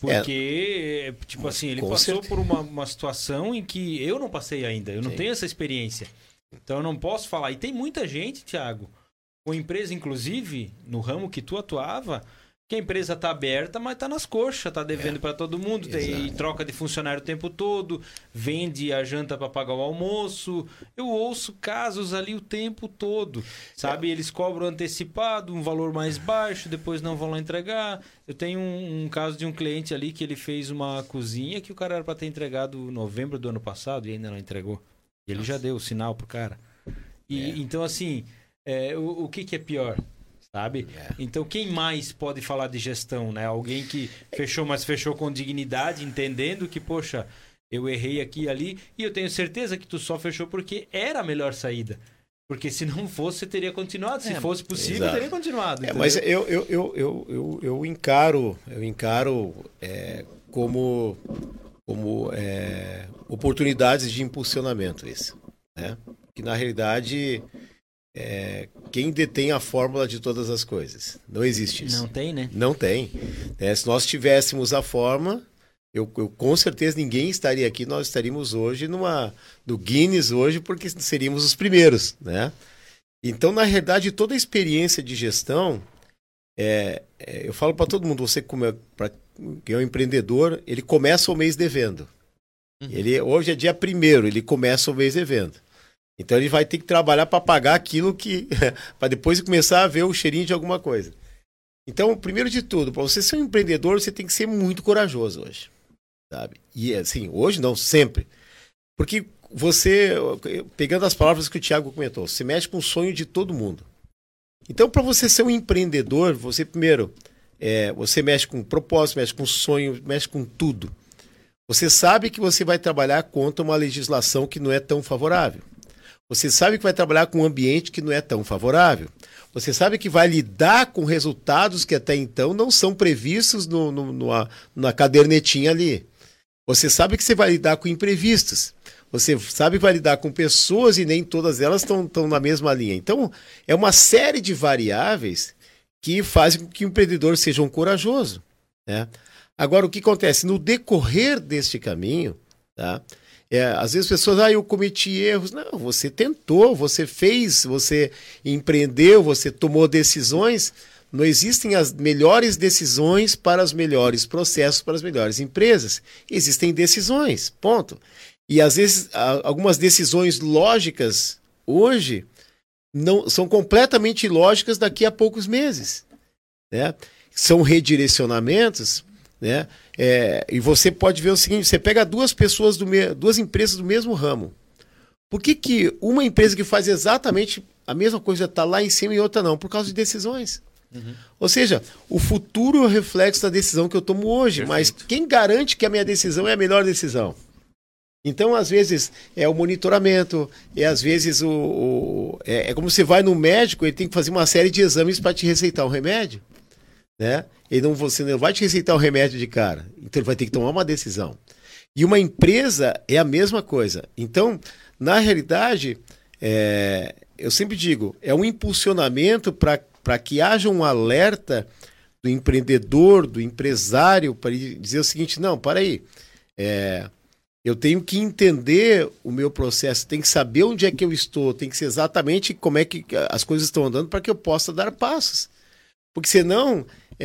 Porque, tipo assim, ele passou por uma situação em que eu não passei ainda, eu não tenho essa experiência. Então eu não posso falar. E tem muita gente, Thiago, com empresa, inclusive, no ramo que tu atuava, que a empresa está aberta, mas está nas coxas, está devendo para todo mundo, tem troca de funcionário o tempo todo, vende a janta para pagar o almoço. Eu ouço casos ali o tempo todo, sabe? Eles cobram antecipado, um valor mais baixo, depois não vão lá entregar. Eu tenho um caso de um cliente ali que ele fez uma cozinha que o cara era para ter entregado em novembro do ano passado e ainda não entregou. Ele já deu o sinal pro cara. Então, assim, o que é pior? Sabe? Então, quem mais pode falar de gestão, né? Alguém que fechou, mas fechou com dignidade, entendendo que, poxa, eu errei aqui e ali, e eu tenho certeza que tu só fechou porque era a melhor saída. Porque se não fosse, você teria continuado. Se fosse possível, teria continuado. Mas eu encaro como oportunidades de impulsionamento isso, né? Que na realidade quem detém a fórmula de todas as coisas. Não existe isso. Não tem, né? Não tem. Se nós tivéssemos a forma, eu com certeza ninguém estaria aqui, nós estaríamos hoje no Guinness hoje, porque seríamos os primeiros, né? Então, na realidade, toda a experiência de gestão, eu falo para todo mundo, você que é um empreendedor, ele começa o mês devendo. Hoje é dia 1º, ele começa o mês devendo. Então ele vai ter que trabalhar para pagar aquilo que... para depois começar a ver o cheirinho de alguma coisa. Então, primeiro de tudo, para você ser um empreendedor, você tem que ser muito corajoso hoje. Sabe? E assim, hoje não, sempre. Porque você, pegando as palavras que o Thiago comentou, você mexe com o sonho de todo mundo. Então, para você ser um empreendedor, você primeiro, você mexe com propósito, mexe com sonho, mexe com tudo. Você sabe que você vai trabalhar contra uma legislação que não é tão favorável. Você sabe que vai trabalhar com um ambiente que não é tão favorável. Você sabe que vai lidar com resultados que até então não são previstos na cadernetinha ali. Você sabe que você vai lidar com imprevistos. Você sabe que vai lidar com pessoas e nem todas elas estão na mesma linha. Então, é uma série de variáveis que fazem com que o empreendedor seja um corajoso, né? Agora, o que acontece? No decorrer deste caminho, tá? Às vezes as pessoas, eu cometi erros. Não, você tentou, você fez, você empreendeu, você tomou decisões. Não existem as melhores decisões para os melhores processos, para as melhores empresas. Existem decisões, ponto. E às vezes algumas decisões lógicas hoje não são completamente ilógicas daqui a poucos meses, né? São redirecionamentos, né? E você pode ver o seguinte: você pega duas empresas do mesmo ramo. Por que uma empresa que faz exatamente a mesma coisa está lá em cima e outra não? Por causa de decisões. Ou seja, o futuro é o reflexo da decisão que eu tomo hoje. Perfeito. Mas quem garante que a minha decisão é a melhor decisão? Então, às vezes, é o monitoramento, às vezes é como você vai no médico, ele tem que fazer uma série de exames para te receitar um remédio, né? Você não vai te receitar um remédio de cara, então ele vai ter que tomar uma decisão. E uma empresa é a mesma coisa. Então, na realidade, eu sempre digo, é um impulsionamento para que haja um alerta do empreendedor, do empresário, para dizer o seguinte: não, para aí, eu tenho que entender o meu processo, tenho que saber onde é que eu estou, tem que ser exatamente como é que as coisas estão andando para que eu possa dar passos. Porque senão,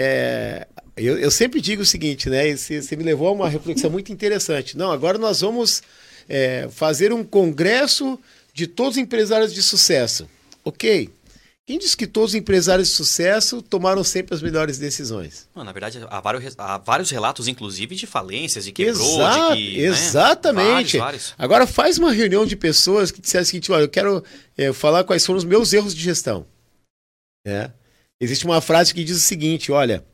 eu sempre digo o seguinte, né? Você me levou a uma reflexão muito interessante. Não, agora nós vamos fazer um congresso de todos os empresários de sucesso. Ok. Quem disse que todos os empresários de sucesso tomaram sempre as melhores decisões? Não, na verdade, há vários relatos, inclusive, de falências, de quebrou, exatamente. Né? Vários. Agora faz uma reunião de pessoas que disseram o seguinte: olha, eu quero falar quais foram os meus erros de gestão. Existe uma frase que diz o seguinte: olha,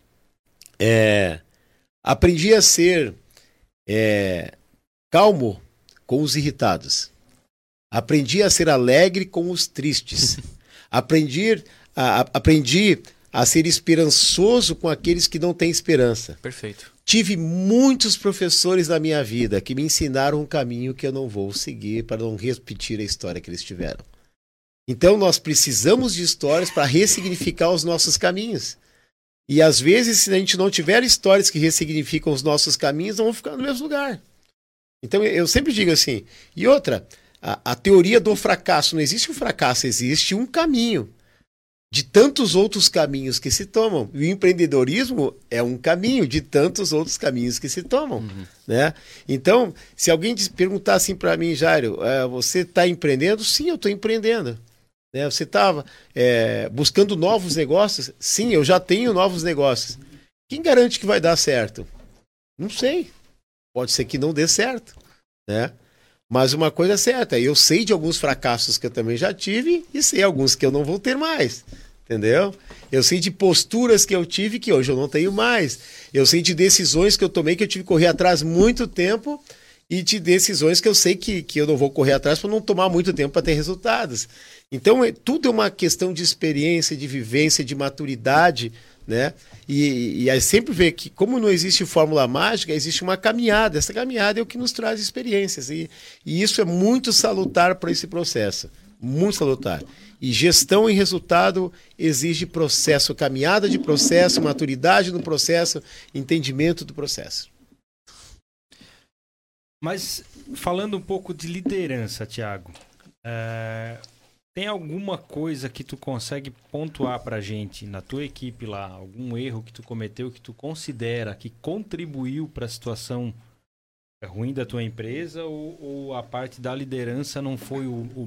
aprendi a ser calmo com os irritados. Aprendi a ser alegre com os tristes. Aprendi a ser esperançoso com aqueles que não têm esperança. Perfeito. Tive muitos professores na minha vida que me ensinaram um caminho que eu não vou seguir para não repetir a história que eles tiveram. Então nós precisamos de histórias para ressignificar os nossos caminhos. E às vezes, se a gente não tiver histórias que ressignificam os nossos caminhos, não vão ficar no mesmo lugar. Então eu sempre digo assim. E outra, a teoria do fracasso, não existe um fracasso, existe um caminho de tantos outros caminhos que se tomam. E o empreendedorismo é um caminho de tantos outros caminhos que se tomam, né? Então, se alguém perguntar assim para mim: Jairo, você está empreendendo? Sim, eu estou empreendendo. Você estava buscando novos negócios? Sim, eu já tenho novos negócios. Quem garante que vai dar certo? Não sei. Pode ser que não dê certo, né? Mas uma coisa é certa, eu sei de alguns fracassos que eu também já tive e sei alguns que eu não vou ter mais, entendeu? Eu sei de posturas que eu tive que hoje eu não tenho mais. Eu sei de decisões que eu tomei que eu tive que correr atrás muito tempo e de decisões que eu sei que eu não vou correr atrás para não tomar muito tempo para ter resultados. Então, tudo é uma questão de experiência, de vivência, de maturidade, né? E aí sempre vê que, como não existe fórmula mágica, existe uma caminhada. Essa caminhada é o que nos traz experiências. E isso é muito salutar para esse processo. Muito salutar. E gestão e resultado exige processo, caminhada de processo, maturidade no processo, entendimento do processo. Mas falando um pouco de liderança, Thiago, Tem alguma coisa que tu consegue pontuar pra gente na tua equipe lá? Algum erro que tu cometeu que tu considera que contribuiu para a situação ruim da tua empresa ou a parte da liderança não foi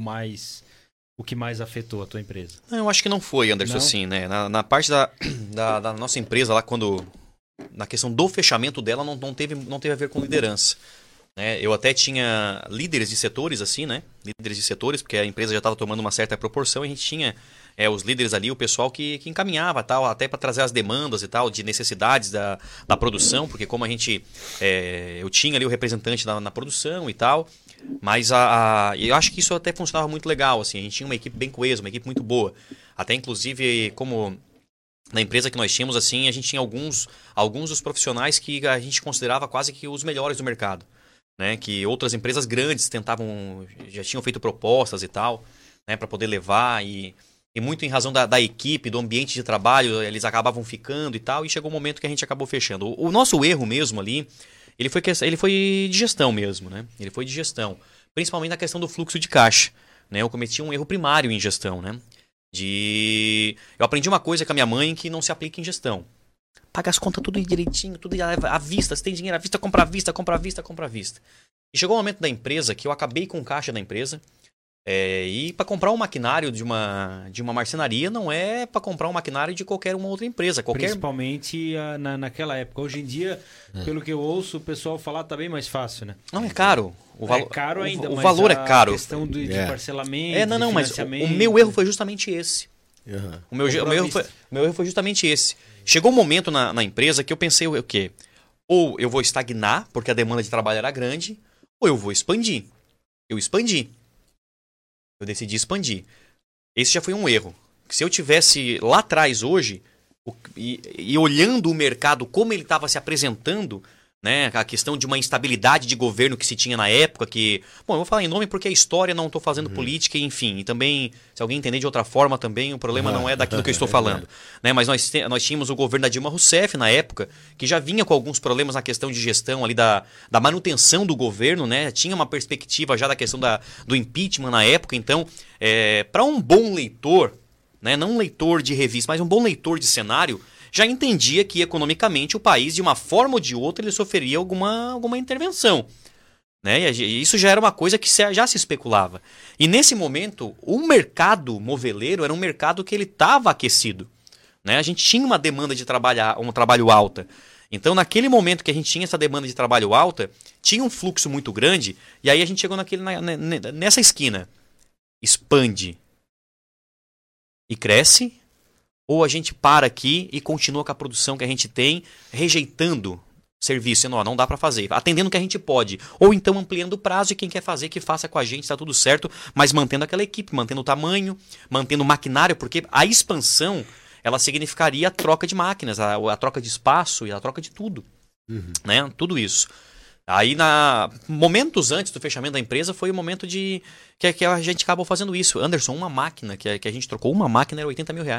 o que mais afetou a tua empresa? Eu acho que não foi, Anderson, assim, né? Na parte da nossa empresa lá, na questão do fechamento dela, não teve a ver com liderança. Eu até tinha líderes de setores, assim, né? Líderes de setores, porque a empresa já estava tomando uma certa proporção, e a gente tinha os líderes ali, o pessoal que encaminhava, tal, até para trazer as demandas e tal, de necessidades da produção, porque como a gente... eu tinha ali o representante na produção e tal, mas eu acho que isso até funcionava muito legal, assim, a gente tinha uma equipe bem coesa, uma equipe muito boa. Até, inclusive, como... Na empresa que nós tínhamos, assim, a gente tinha alguns dos profissionais que a gente considerava quase que os melhores do mercado. Né, que outras empresas grandes já tinham feito propostas e tal, né, para poder levar e muito em razão da equipe, do ambiente de trabalho, eles acabavam ficando e tal, e chegou um momento que a gente acabou fechando. O nosso erro mesmo ali, ele foi de gestão mesmo, né? Ele foi de gestão, principalmente na questão do fluxo de caixa, né? Eu cometi um erro primário em gestão, né? Eu aprendi uma coisa com a minha mãe que não se aplica em gestão. Paga as contas tudo direitinho, tudo à vista. Se tem dinheiro à vista, compra à vista, compra à vista, compra à vista. E chegou um momento da empresa que eu acabei com o caixa da empresa. E para comprar um maquinário de uma marcenaria não é para comprar um maquinário de qualquer uma outra empresa. Principalmente naquela época. Hoje em dia, pelo que eu ouço, o pessoal falar tá bem mais fácil, né? Não, é caro. É caro ainda, o valor é caro. A questão de parcelamento, não, mas o meu erro foi justamente esse. Uhum. O meu erro foi justamente esse. Chegou um momento na empresa que eu pensei o quê? Ou eu vou estagnar, porque a demanda de trabalho era grande, ou eu vou expandir. Eu expandi. Eu decidi expandir. Esse já foi um erro. Se eu tivesse lá atrás hoje, e olhando o mercado como ele estava se apresentando, né, a questão de uma instabilidade de governo que se tinha na época, bom, eu vou falar em nome porque a história, não estou fazendo política, enfim, e também, se alguém entender de outra forma também, o problema não é daquilo que eu estou falando, né, mas nós tínhamos o governo da Dilma Rousseff na época, que já vinha com alguns problemas na questão de gestão ali da manutenção do governo, né, tinha uma perspectiva já da questão do impeachment na época, então, para um bom leitor, né, não um leitor de revista, mas um bom leitor de cenário, já entendia que economicamente o país, de uma forma ou de outra, ele sofreria alguma intervenção. Né? E isso já era uma coisa que já se especulava. E nesse momento, o mercado moveleiro era um mercado que ele estava aquecido. Né? A gente tinha uma demanda de trabalho alta. Então, naquele momento que a gente tinha essa demanda de trabalho alta, tinha um fluxo muito grande, e aí a gente chegou nessa esquina. Expande e cresce, ou a gente para aqui e continua com a produção que a gente tem, rejeitando serviço, não dá para fazer, atendendo o que a gente pode, ou então ampliando o prazo e quem quer fazer, que faça com a gente, está tudo certo, mas mantendo aquela equipe, mantendo o tamanho, mantendo o maquinário, porque a expansão, ela significaria a troca de máquinas, a troca de espaço e a troca de tudo, né? Tudo isso. Aí, momentos antes do fechamento da empresa, foi o momento que a gente acabou fazendo isso. Anderson, uma máquina que a gente trocou, uma máquina era R$80 mil.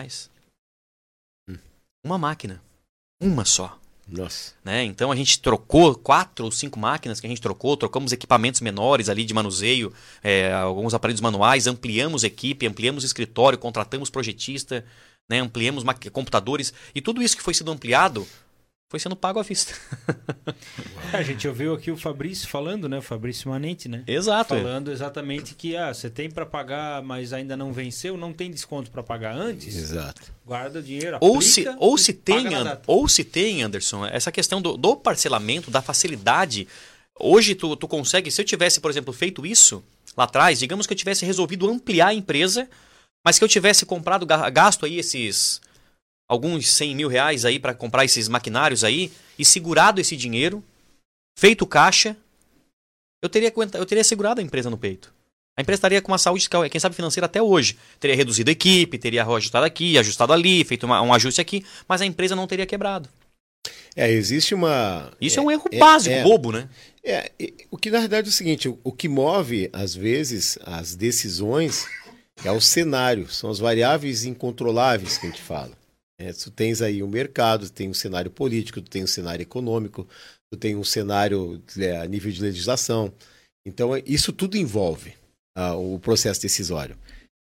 Uma máquina. Uma só. Nossa. Né? Então a gente trocou 4 ou 5 máquinas que a gente trocamos equipamentos menores ali de manuseio, alguns aparelhos manuais, ampliamos equipe, ampliamos escritório, contratamos projetista, né? Ampliamos computadores, e tudo isso que foi sendo ampliado foi sendo pago à vista. A gente ouviu aqui o Fabrício falando, né? O Fabrício Manente, né? Exato. Falando exatamente que você tem para pagar, mas ainda não venceu, não tem desconto para pagar antes. Exato. Guarda o dinheiro, aplica, ou se tem, Anderson, essa questão do parcelamento, da facilidade. Hoje tu consegue, se eu tivesse, por exemplo, feito isso lá atrás, digamos que eu tivesse resolvido ampliar a empresa, mas que eu tivesse gasto aí alguns 100 mil reais aí para comprar esses maquinários aí e segurado esse dinheiro, feito caixa, eu teria segurado a empresa no peito. A empresa estaria com uma saúde, quem sabe, financeira até hoje. Teria reduzido a equipe, teria ajustado aqui, ajustado ali, feito um ajuste aqui, mas a empresa não teria quebrado. Existe uma... Isso é um erro básico, bobo, né? O que na verdade é o seguinte, o que move, às vezes, as decisões é o cenário, são as variáveis incontroláveis que a gente fala. Tu tens aí um mercado, tu tem um cenário político, tu tem um cenário econômico, tu tem um cenário a nível de legislação. Então, isso tudo envolve o processo decisório.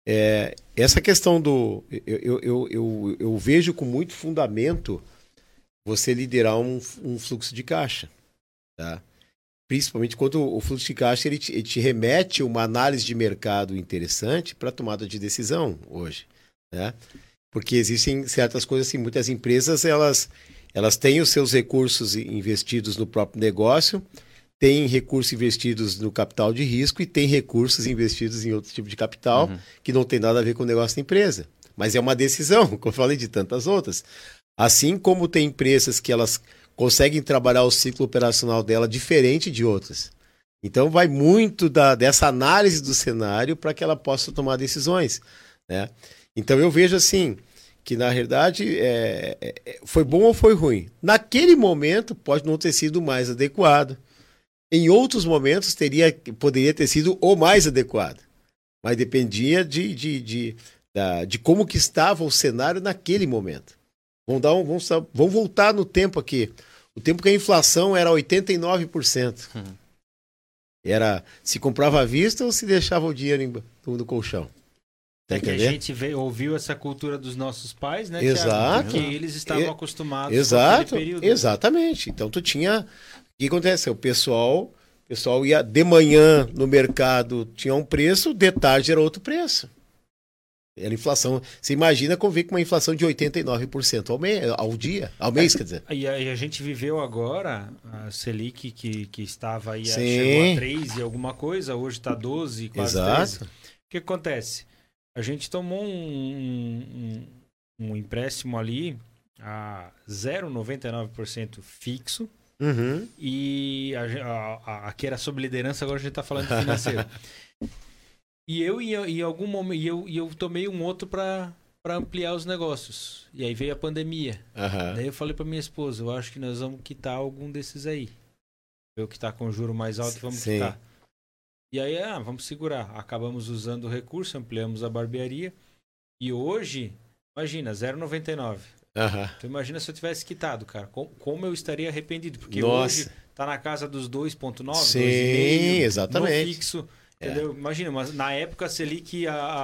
essa questão do... Eu vejo com muito fundamento você liderar um fluxo de caixa, tá? Principalmente quando o fluxo de caixa ele te remete a uma análise de mercado interessante para tomada de decisão hoje, né? Porque existem certas coisas assim, muitas empresas elas têm os seus recursos investidos no próprio negócio, têm recursos investidos no capital de risco e têm recursos investidos em outro tipo de capital que não tem nada a ver com o negócio da empresa. Mas é uma decisão, como eu falei de tantas outras. Assim como tem empresas que elas conseguem trabalhar o ciclo operacional dela diferente de outras. Então vai muito dessa análise do cenário para que ela possa tomar decisões, né? Então eu vejo assim, que na verdade foi bom ou foi ruim. Naquele momento pode não ter sido o mais adequado. Em outros momentos poderia ter sido o mais adequado. Mas dependia de como que estava o cenário naquele momento. Vamos voltar no tempo aqui. O tempo que a inflação era 89%. Se comprava à vista ou se deixava o dinheiro no colchão. É que a gente ouviu essa cultura dos nossos pais, né? Exato. Que eles estavam acostumados com aquele período. Exatamente. Então tu tinha... O que acontece? O pessoal ia de manhã no mercado, tinha um preço, de tarde era outro preço. Era inflação. Você imagina conviver com uma inflação de 89% ao mês, quer dizer. E a gente viveu agora a Selic que estava aí, chegou a 3 e alguma coisa, hoje está 12, quase 13. O que acontece? A gente tomou um empréstimo ali a 0,99% fixo. E aqui era sob liderança, agora a gente está falando de financeiro. E eu, em algum momento, eu tomei um outro para ampliar os negócios. E aí veio a pandemia. Daí eu falei para minha esposa, eu acho que nós vamos quitar algum desses aí. Eu que está com o juro mais alto, vamos quitar. E aí, vamos segurar. Acabamos usando o recurso, ampliamos a barbearia. E hoje, imagina, 0,99. Então imagina se eu tivesse quitado, cara. Como eu estaria arrependido. Porque hoje tá na casa dos 2,9, 2,5. Exatamente. No fixo. Entendeu? Imagina, mas na época a Selic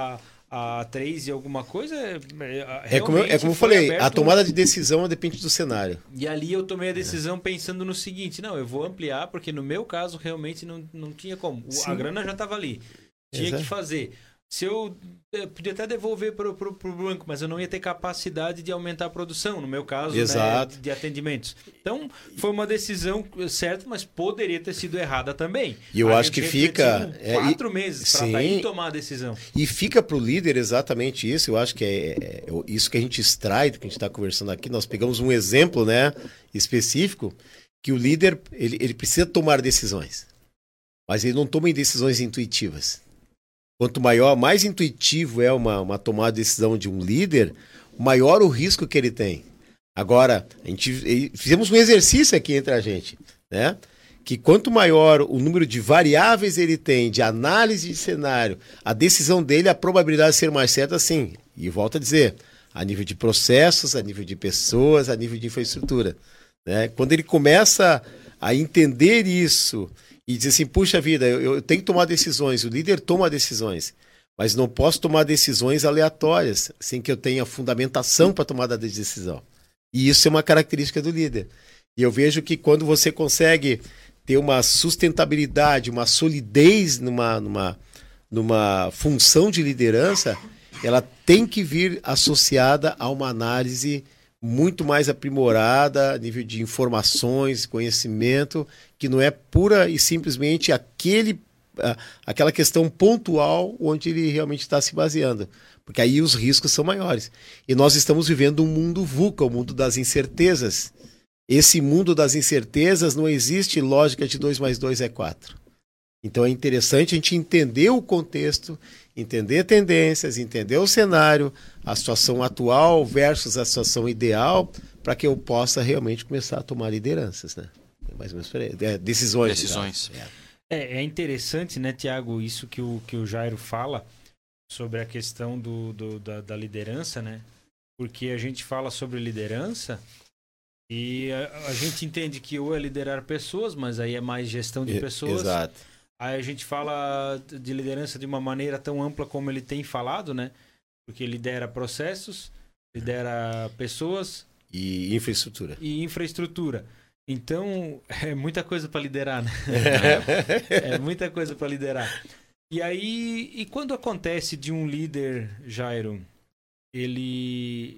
a 3 e alguma coisa... como eu falei, a tomada de decisão depende do cenário. E ali eu tomei a decisão pensando no seguinte, não, eu vou ampliar, porque no meu caso realmente não tinha como. A grana já estava ali. Tinha que fazer. Se eu podia até devolver para o banco, mas eu não ia ter capacidade de aumentar a produção, no meu caso, né, de atendimentos. Então, foi uma decisão certa, mas poderia ter sido errada também. E eu acho que fica... 4 meses para daí tomar a decisão. E fica para o líder exatamente isso. Eu acho que é isso que a gente extrai do que a gente está conversando aqui. Nós pegamos um exemplo, né, específico, que o líder ele precisa tomar decisões, mas ele não toma decisões intuitivas. Quanto mais intuitivo é uma tomada de decisão de um líder, maior o risco que ele tem. Agora, fizemos um exercício aqui entre a gente, né? Que quanto maior o número de variáveis ele tem, de análise de cenário, a decisão dele, a probabilidade de ser mais certa, sim. E volto a dizer, a nível de processos, a nível de pessoas, a nível de infraestrutura, né? Quando ele começa a entender isso... E dizer assim, puxa vida, eu tenho que tomar decisões, o líder toma decisões, mas não posso tomar decisões aleatórias, sem que eu tenha fundamentação para tomada de decisão. E isso é uma característica do líder. E eu vejo que quando você consegue ter uma sustentabilidade, uma solidez numa função de liderança, ela tem que vir associada a uma análise muito mais aprimorada a nível de informações, conhecimento, que não é pura e simplesmente aquela questão pontual onde ele realmente está se baseando. Porque aí os riscos são maiores. E nós estamos vivendo um mundo VUCA, o mundo das incertezas. Esse mundo das incertezas não existe lógica de 2 mais 2 é 4. Então é interessante a gente entender o contexto, entender tendências, entender o cenário, a situação atual versus a situação ideal, para que eu possa realmente começar a tomar lideranças, né? Mais ou menos decisões. É interessante, né, Tiago, isso que o Jairo fala sobre a questão da liderança, né? Porque a gente fala sobre liderança e a gente entende que ou é liderar pessoas, mas aí é mais gestão de pessoas. Exato. Aí a gente fala de liderança de uma maneira tão ampla como ele tem falado, né? Porque lidera processos, lidera pessoas... E infraestrutura. E infraestrutura. Então, é muita coisa para liderar, né? É muita coisa para liderar. E aí, e quando acontece de um líder, Jairo, ele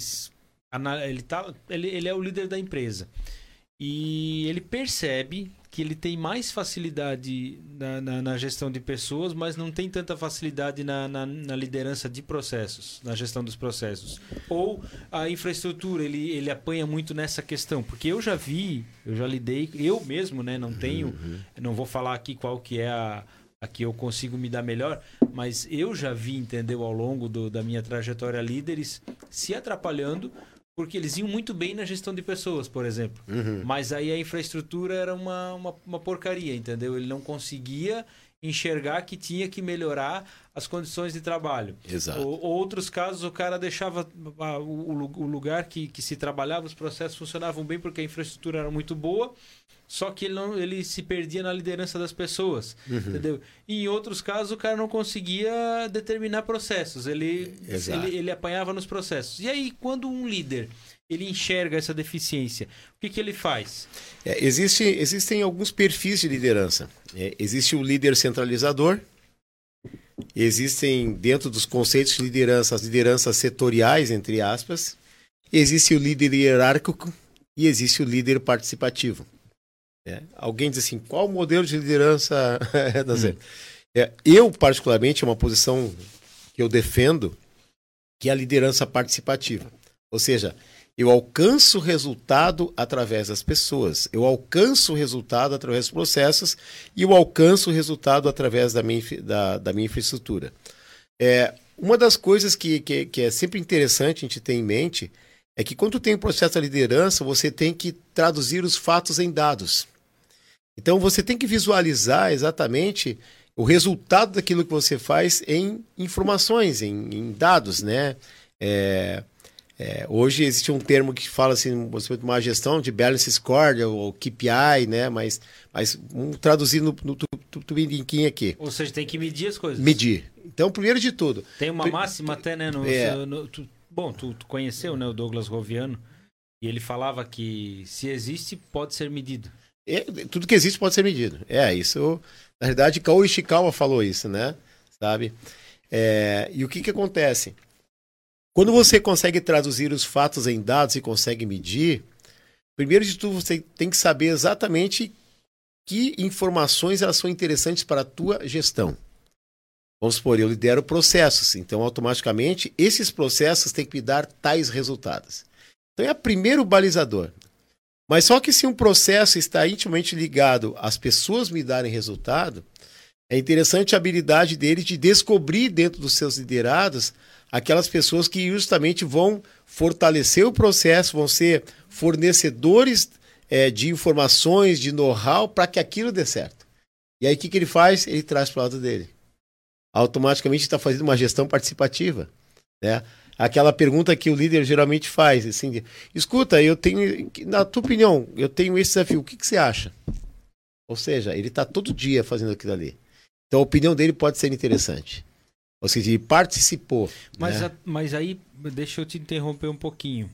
é o líder da empresa e ele percebe que ele tem mais facilidade na gestão de pessoas, mas não tem tanta facilidade na liderança de processos, na gestão dos processos. Ou a infraestrutura, ele apanha muito nessa questão. Porque eu já lidei, eu mesmo, né, não vou falar aqui qual que é a que eu consigo me dar melhor, mas eu já vi, entendeu, ao longo da minha trajetória, líderes se atrapalhando porque eles iam muito bem na gestão de pessoas, por exemplo. Mas aí a infraestrutura era uma porcaria, entendeu? Ele não conseguia enxergar que tinha que melhorar as condições de trabalho. Exato. Outros casos, o cara deixava o lugar que se trabalhava, os processos funcionavam bem porque a infraestrutura era muito boa, só que ele se perdia na liderança das pessoas, entendeu? E em outros casos, o cara não conseguia determinar processos, ele apanhava nos processos. E aí, quando um líder ele enxerga essa deficiência, o que ele faz? Existem alguns perfis de liderança. Existe o líder centralizador, existem, dentro dos conceitos de liderança, as lideranças setoriais, entre aspas, existe o líder hierárquico e existe o líder participativo. Alguém diz assim, qual o modelo de liderança? Eu, particularmente, é uma posição que eu defendo, que é a liderança participativa. Ou seja, eu alcanço o resultado através das pessoas, eu alcanço o resultado através dos processos e eu alcanço o resultado através da minha infraestrutura. Uma das coisas que é sempre interessante a gente ter em mente é que quando tem um processo de liderança, você tem que traduzir os fatos em dados. Então você tem que visualizar exatamente o resultado daquilo que você faz em informações, em dados, né? Hoje existe um termo que fala assim, uma gestão de balance score ou KPI, né? Mas vamos traduzir no tupiniquim aqui. Ou seja, tem que medir as coisas. Medir. Então, primeiro de tudo... Tem uma máxima até, né? Tu conheceu, né, o Douglas Roviano, e ele falava que se existe, pode ser medido. Tudo que existe pode ser medido. Isso... Na verdade, Kao Ishikawa falou isso, né? Sabe? E o que acontece? Quando você consegue traduzir os fatos em dados e consegue medir, primeiro de tudo você tem que saber exatamente que informações elas são interessantes para a tua gestão. Vamos supor, eu lidero processos, então automaticamente esses processos têm que me dar tais resultados. Então é o primeiro balizador. Mas só que se um processo está intimamente ligado às pessoas me darem resultado, é interessante a habilidade deles de descobrir dentro dos seus liderados aquelas pessoas que justamente vão fortalecer o processo, vão ser fornecedores de informações, de know-how para que aquilo dê certo. E aí o que ele faz? Ele traz para o lado dele. Automaticamente está fazendo uma gestão participativa, né? Aquela pergunta que o líder geralmente faz, assim, escuta, na tua opinião, eu tenho esse desafio, o que você acha? Ou seja, ele está todo dia fazendo aquilo ali. Então a opinião dele pode ser interessante. Ou seja, ele participou. Mas aí, deixa eu te interromper um pouquinho.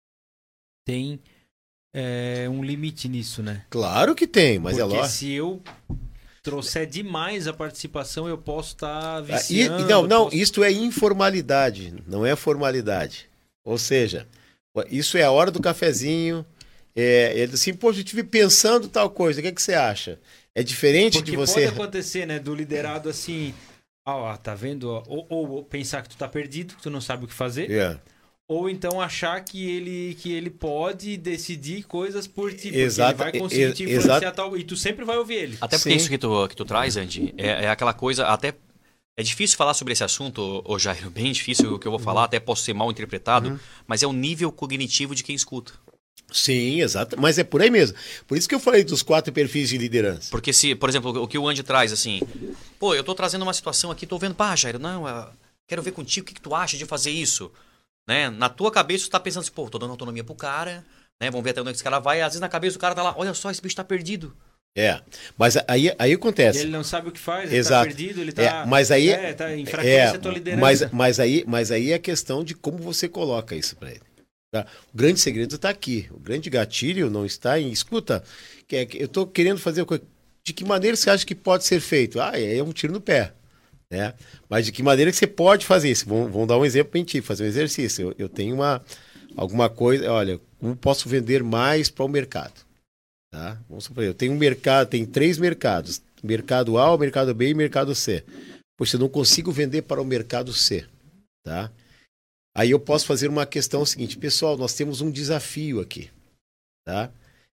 Tem um limite nisso, né? Claro que tem, mas porque lógico. Se eu trouxer demais a participação, eu posso estar viciando. Isto é informalidade, não é formalidade. Ou seja, isso é a hora do cafezinho. Ele assim, poxa, eu estive pensando tal coisa, o que você acha? É diferente porque de você... pode acontecer, né, do liderado assim, tá vendo? Ou pensar que tu tá perdido, que tu não sabe o que fazer. Ou então achar que ele pode decidir coisas por ti, porque ele vai conseguir te influenciar tal, e tu sempre vai ouvir ele. Até porque isso que tu traz, Andy, é aquela coisa, até é difícil falar sobre esse assunto, Jairo, bem difícil o que eu vou falar, até posso ser mal interpretado, mas é o nível cognitivo de quem escuta. Sim, exato, mas é por aí mesmo. Por isso que eu falei dos 4 perfis de liderança. Porque se, por exemplo, o que o Andy traz, assim, eu tô trazendo uma situação aqui, tô vendo, Jairo, quero ver contigo, o que tu acha de fazer isso? Né? Na tua cabeça, tu tá pensando assim, tô dando autonomia pro cara, né? Vamos ver até onde esse cara vai. Às vezes na cabeça o cara tá lá, olha só, esse bicho tá perdido. Mas aí acontece. Ele não sabe o que faz, Exato. Ele tá perdido, ele tá... Mas aí... enfraquece a tua liderança. Mas aí é a questão de como você coloca isso para ele. Tá? O grande segredo está aqui. O grande gatilho não está em... Escuta, eu estou querendo fazer... De que maneira você acha que pode ser feito? É um tiro no pé. Né? Mas de que maneira que você pode fazer isso? Vamos dar um exemplo para a gente fazer um exercício. Eu tenho alguma coisa... Olha, como posso vender mais para o mercado? Tá? Vamos supor, eu tenho um mercado, tem 3 mercados. Mercado A, o mercado B e mercado C. Poxa, eu não consigo vender para o mercado C. Tá? Aí eu posso fazer uma questão seguinte, pessoal, nós temos um desafio aqui. Tá?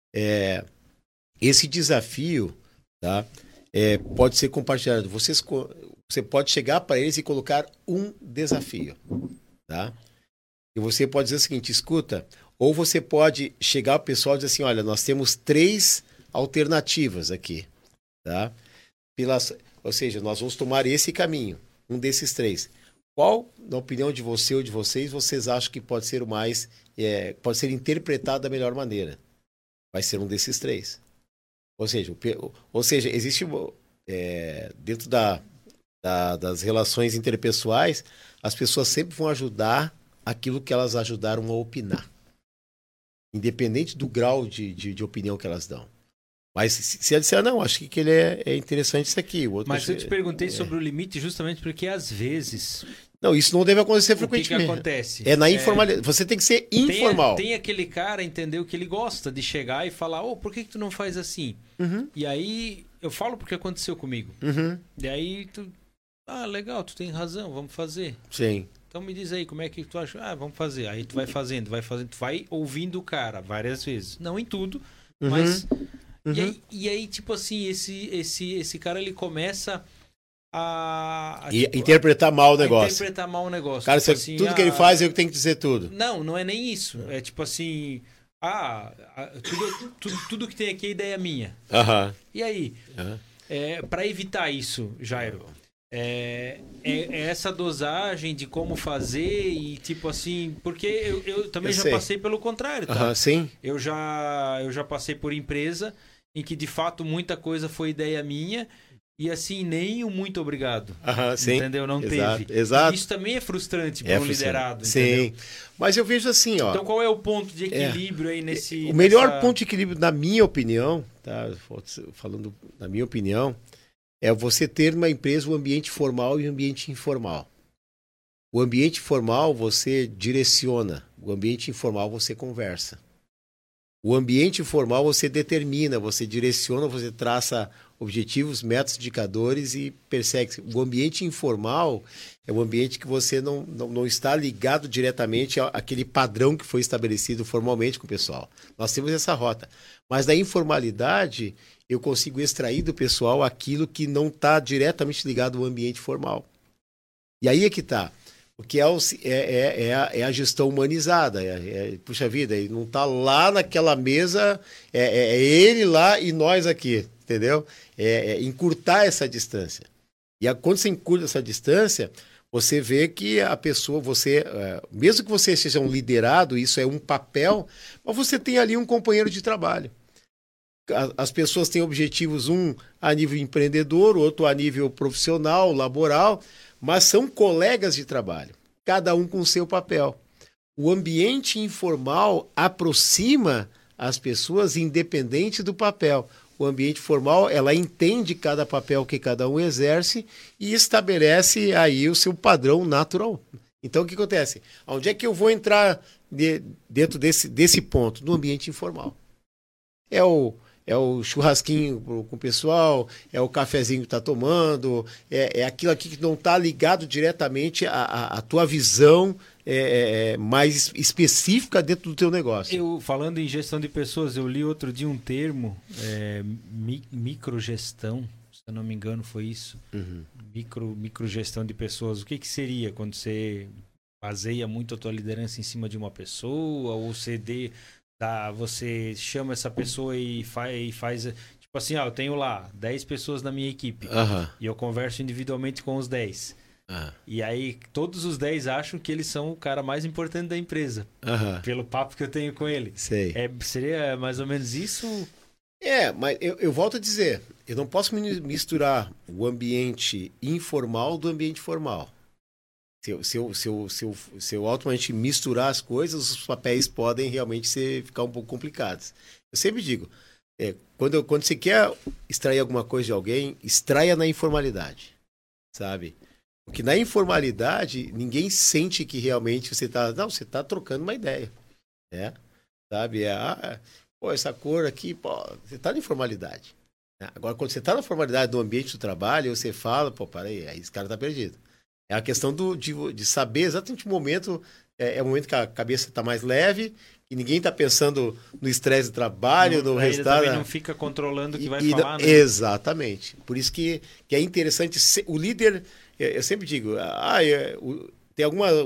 Esse desafio, tá? Pode ser compartilhado. Você pode chegar para eles e colocar um desafio. Tá? E você pode dizer o seguinte, escuta... Ou você pode chegar ao pessoal e dizer assim, olha, nós temos 3 alternativas aqui, tá? Ou seja, nós vamos tomar esse caminho, um desses 3. Qual, na opinião de você ou de vocês acham que pode ser pode ser interpretado da melhor maneira? Vai ser um desses 3. Ou seja, existe dentro das relações interpessoais, as pessoas sempre vão ajudar aquilo que elas ajudaram a opinar. Independente do grau de opinião que elas dão. Mas se ela disser, não, acho que ele é interessante isso aqui. O outro Mas eu te perguntei sobre o limite justamente porque às vezes... Não, isso não deve acontecer frequentemente. O que acontece? É na informalidade. Você tem que ser informal. Tem aquele cara, entendeu, que ele gosta de chegar e falar, por que tu não faz assim? Uhum. E aí, eu falo porque aconteceu comigo. Uhum. E aí, legal, tu tem razão, vamos fazer. Sim. Então me diz aí, como é que tu acha? Vamos fazer. Aí tu vai fazendo, tu vai ouvindo o cara várias vezes. Não em tudo, mas... Uhum. E aí, tipo assim, esse cara, ele começa interpretar mal o negócio. Interpretar mal o negócio. Cara, tipo assim, tudo que ele faz, eu tenho que dizer tudo. Não é nem isso. É tipo assim... tudo que tem aqui é ideia minha. Uhum. E aí? Uhum. Para evitar isso, Jairo... essa dosagem de como fazer e tipo assim, porque eu também já passei pelo contrário, tá? Sim. Eu já passei por empresa em que de fato muita coisa foi ideia minha e assim, nem o muito obrigado. Sim. Entendeu? Não Exato. teve. Exato. E isso também é frustrante para um liderado. Sim. Entendeu? Mas eu vejo assim, ó. Então qual é o ponto de equilíbrio aí nesse... O melhor ponto de equilíbrio, na minha opinião, tá? Falando na minha opinião, é você ter uma empresa, um ambiente formal e um ambiente informal. O ambiente formal você direciona, o ambiente informal você conversa. O ambiente formal você determina, você direciona, você traça objetivos, métodos, indicadores e persegue. O ambiente informal é um ambiente que você não está ligado diretamente àquele padrão que foi estabelecido formalmente com o pessoal. Nós temos essa rota. Mas da informalidade, eu consigo extrair do pessoal aquilo que não está diretamente ligado ao ambiente formal. E aí é que está. Porque é a gestão humanizada. Puxa vida, ele não está lá naquela mesa, é ele lá e nós aqui, entendeu? Encurtar essa distância. E quando você encurta essa distância, você vê que a pessoa, mesmo que você seja um liderado, isso é um papel, mas você tem ali um companheiro de trabalho. As pessoas têm objetivos, um a nível empreendedor, outro a nível profissional, laboral, mas são colegas de trabalho, cada um com o seu papel. O ambiente informal aproxima as pessoas independente do papel. O ambiente formal, ela entende cada papel que cada um exerce e estabelece aí o seu padrão natural. Então, o que acontece? Onde é que eu vou entrar dentro desse ponto? No ambiente informal. É o churrasquinho com o pessoal, é o cafezinho que está tomando, é aquilo aqui que não está ligado diretamente à tua visão mais específica dentro do teu negócio. Falando em gestão de pessoas, eu li outro dia um termo, microgestão, se eu não me engano foi isso. Uhum. Microgestão de pessoas. O que seria quando você baseia muito a tua liderança em cima de uma pessoa, ou você chama essa pessoa e faz tipo assim, eu tenho lá 10 pessoas na minha equipe, e eu converso individualmente com os 10. E aí todos os 10 acham que eles são o cara mais importante da empresa, pelo papo que eu tenho com ele. Sei. Seria mais ou menos isso? Mas eu volto a dizer, eu não posso misturar o ambiente informal do ambiente formal. Se eu automaticamente misturar as coisas, os papéis podem realmente ficar um pouco complicados. Eu sempre digo, quando você quer extrair alguma coisa de alguém, extraia na informalidade, sabe? Porque na informalidade, ninguém sente que realmente você está trocando uma ideia, né? Sabe? Essa cor aqui, você está na informalidade. Agora, quando você está na formalidade do ambiente do trabalho, você fala, aí esse cara está perdido. É a questão de saber exatamente o momento, o momento que a cabeça está mais leve, que ninguém está pensando no estresse do trabalho, no resultado. Também não fica controlando o que vai falar, né? Exatamente. Por isso que é interessante, o líder, eu sempre digo, tem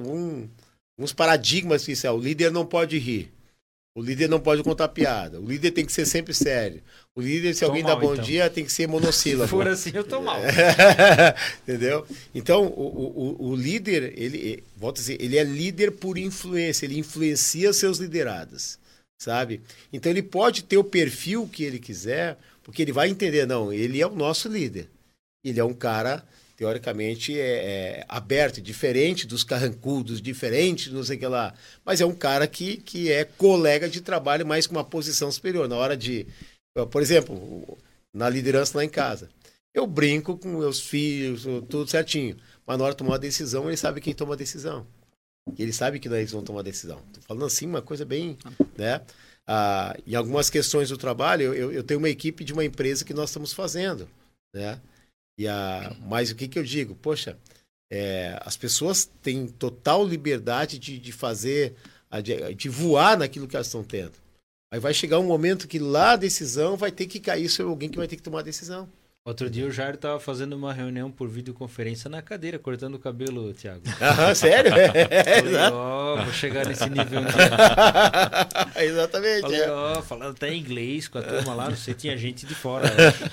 alguns paradigmas que o líder não pode rir. O líder não pode contar piada. O líder tem que ser sempre sério. O líder, se alguém dá bom dia, tem que ser monossílabo. Se for assim, eu tô mal. Entendeu? Então, o líder, volto a dizer, ele é líder por influência. Ele influencia seus liderados, sabe? Então, ele pode ter o perfil que ele quiser, porque ele vai entender, não, ele é o nosso líder. Ele é um cara, teoricamente, aberto, diferente dos carrancudos, diferente não sei o que lá. Mas é um cara que é colega de trabalho, mas com uma posição superior. Na hora de... Por exemplo, na liderança lá em casa. Eu brinco com meus filhos, tudo certinho. Mas na hora de tomar uma decisão, ele sabe quem toma a decisão. Ele sabe que eles vão tomar a decisão. Estou falando assim, uma coisa bem... né? Em algumas questões do trabalho, eu tenho uma equipe de uma empresa que nós estamos fazendo, né? Mas o que eu digo? Poxa, as pessoas têm total liberdade de fazer, de voar naquilo que elas estão tendo. Aí vai chegar um momento que lá a decisão vai ter que cair sobre alguém que vai ter que tomar a decisão. Outro dia o Jair estava fazendo uma reunião por videoconferência na cadeira, cortando o cabelo, Thiago. Sério? Vou chegar nesse nível. Exatamente. Falei, falando até inglês com a turma lá, não sei, tinha gente de fora.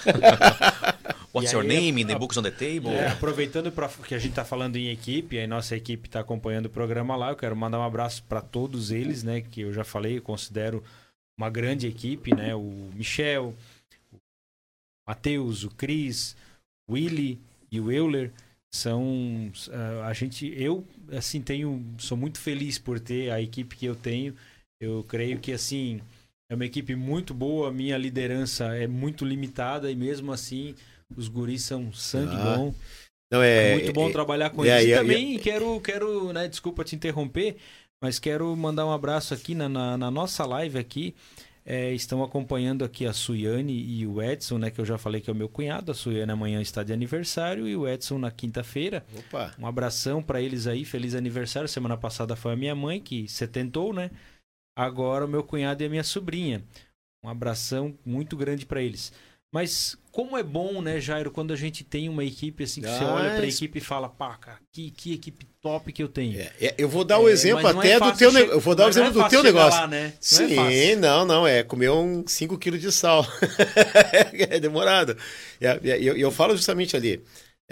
What's your name? The books on the table? Aproveitando que a gente está falando em equipe, aí nossa equipe está acompanhando o programa lá, eu quero mandar um abraço para todos eles, né? Que eu já falei, eu considero uma grande equipe, né? O Michel, o Matheus, o Cris, o Willy e o Euler são eu assim sou muito feliz por ter a equipe que eu tenho. Eu creio que assim é uma equipe muito boa, a minha liderança é muito limitada e mesmo assim os guris são sangue bom. Não, é muito bom trabalhar com eles. E também quero, né, desculpa te interromper, mas quero mandar um abraço aqui na nossa live aqui. Estão acompanhando aqui a Suiane e o Edson, né, que eu já falei que é o meu cunhado. A Suiane amanhã está de aniversário e o Edson na quinta-feira. Opa! Um abração para eles aí, feliz aniversário. Semana passada foi a minha mãe que setentou, né? Agora o meu cunhado e a minha sobrinha. Um abração muito grande para eles. Mas como é bom, né, Jairo, quando a gente tem uma equipe assim, que você olha para a equipe e fala, pá, cara, que equipe top que eu tenho. Eu vou dar o exemplo até do teu negócio. Eu vou dar o exemplo do teu negócio. Lá, né? Sim, não, comer 5 quilos de sal. É demorado. Eu falo justamente ali,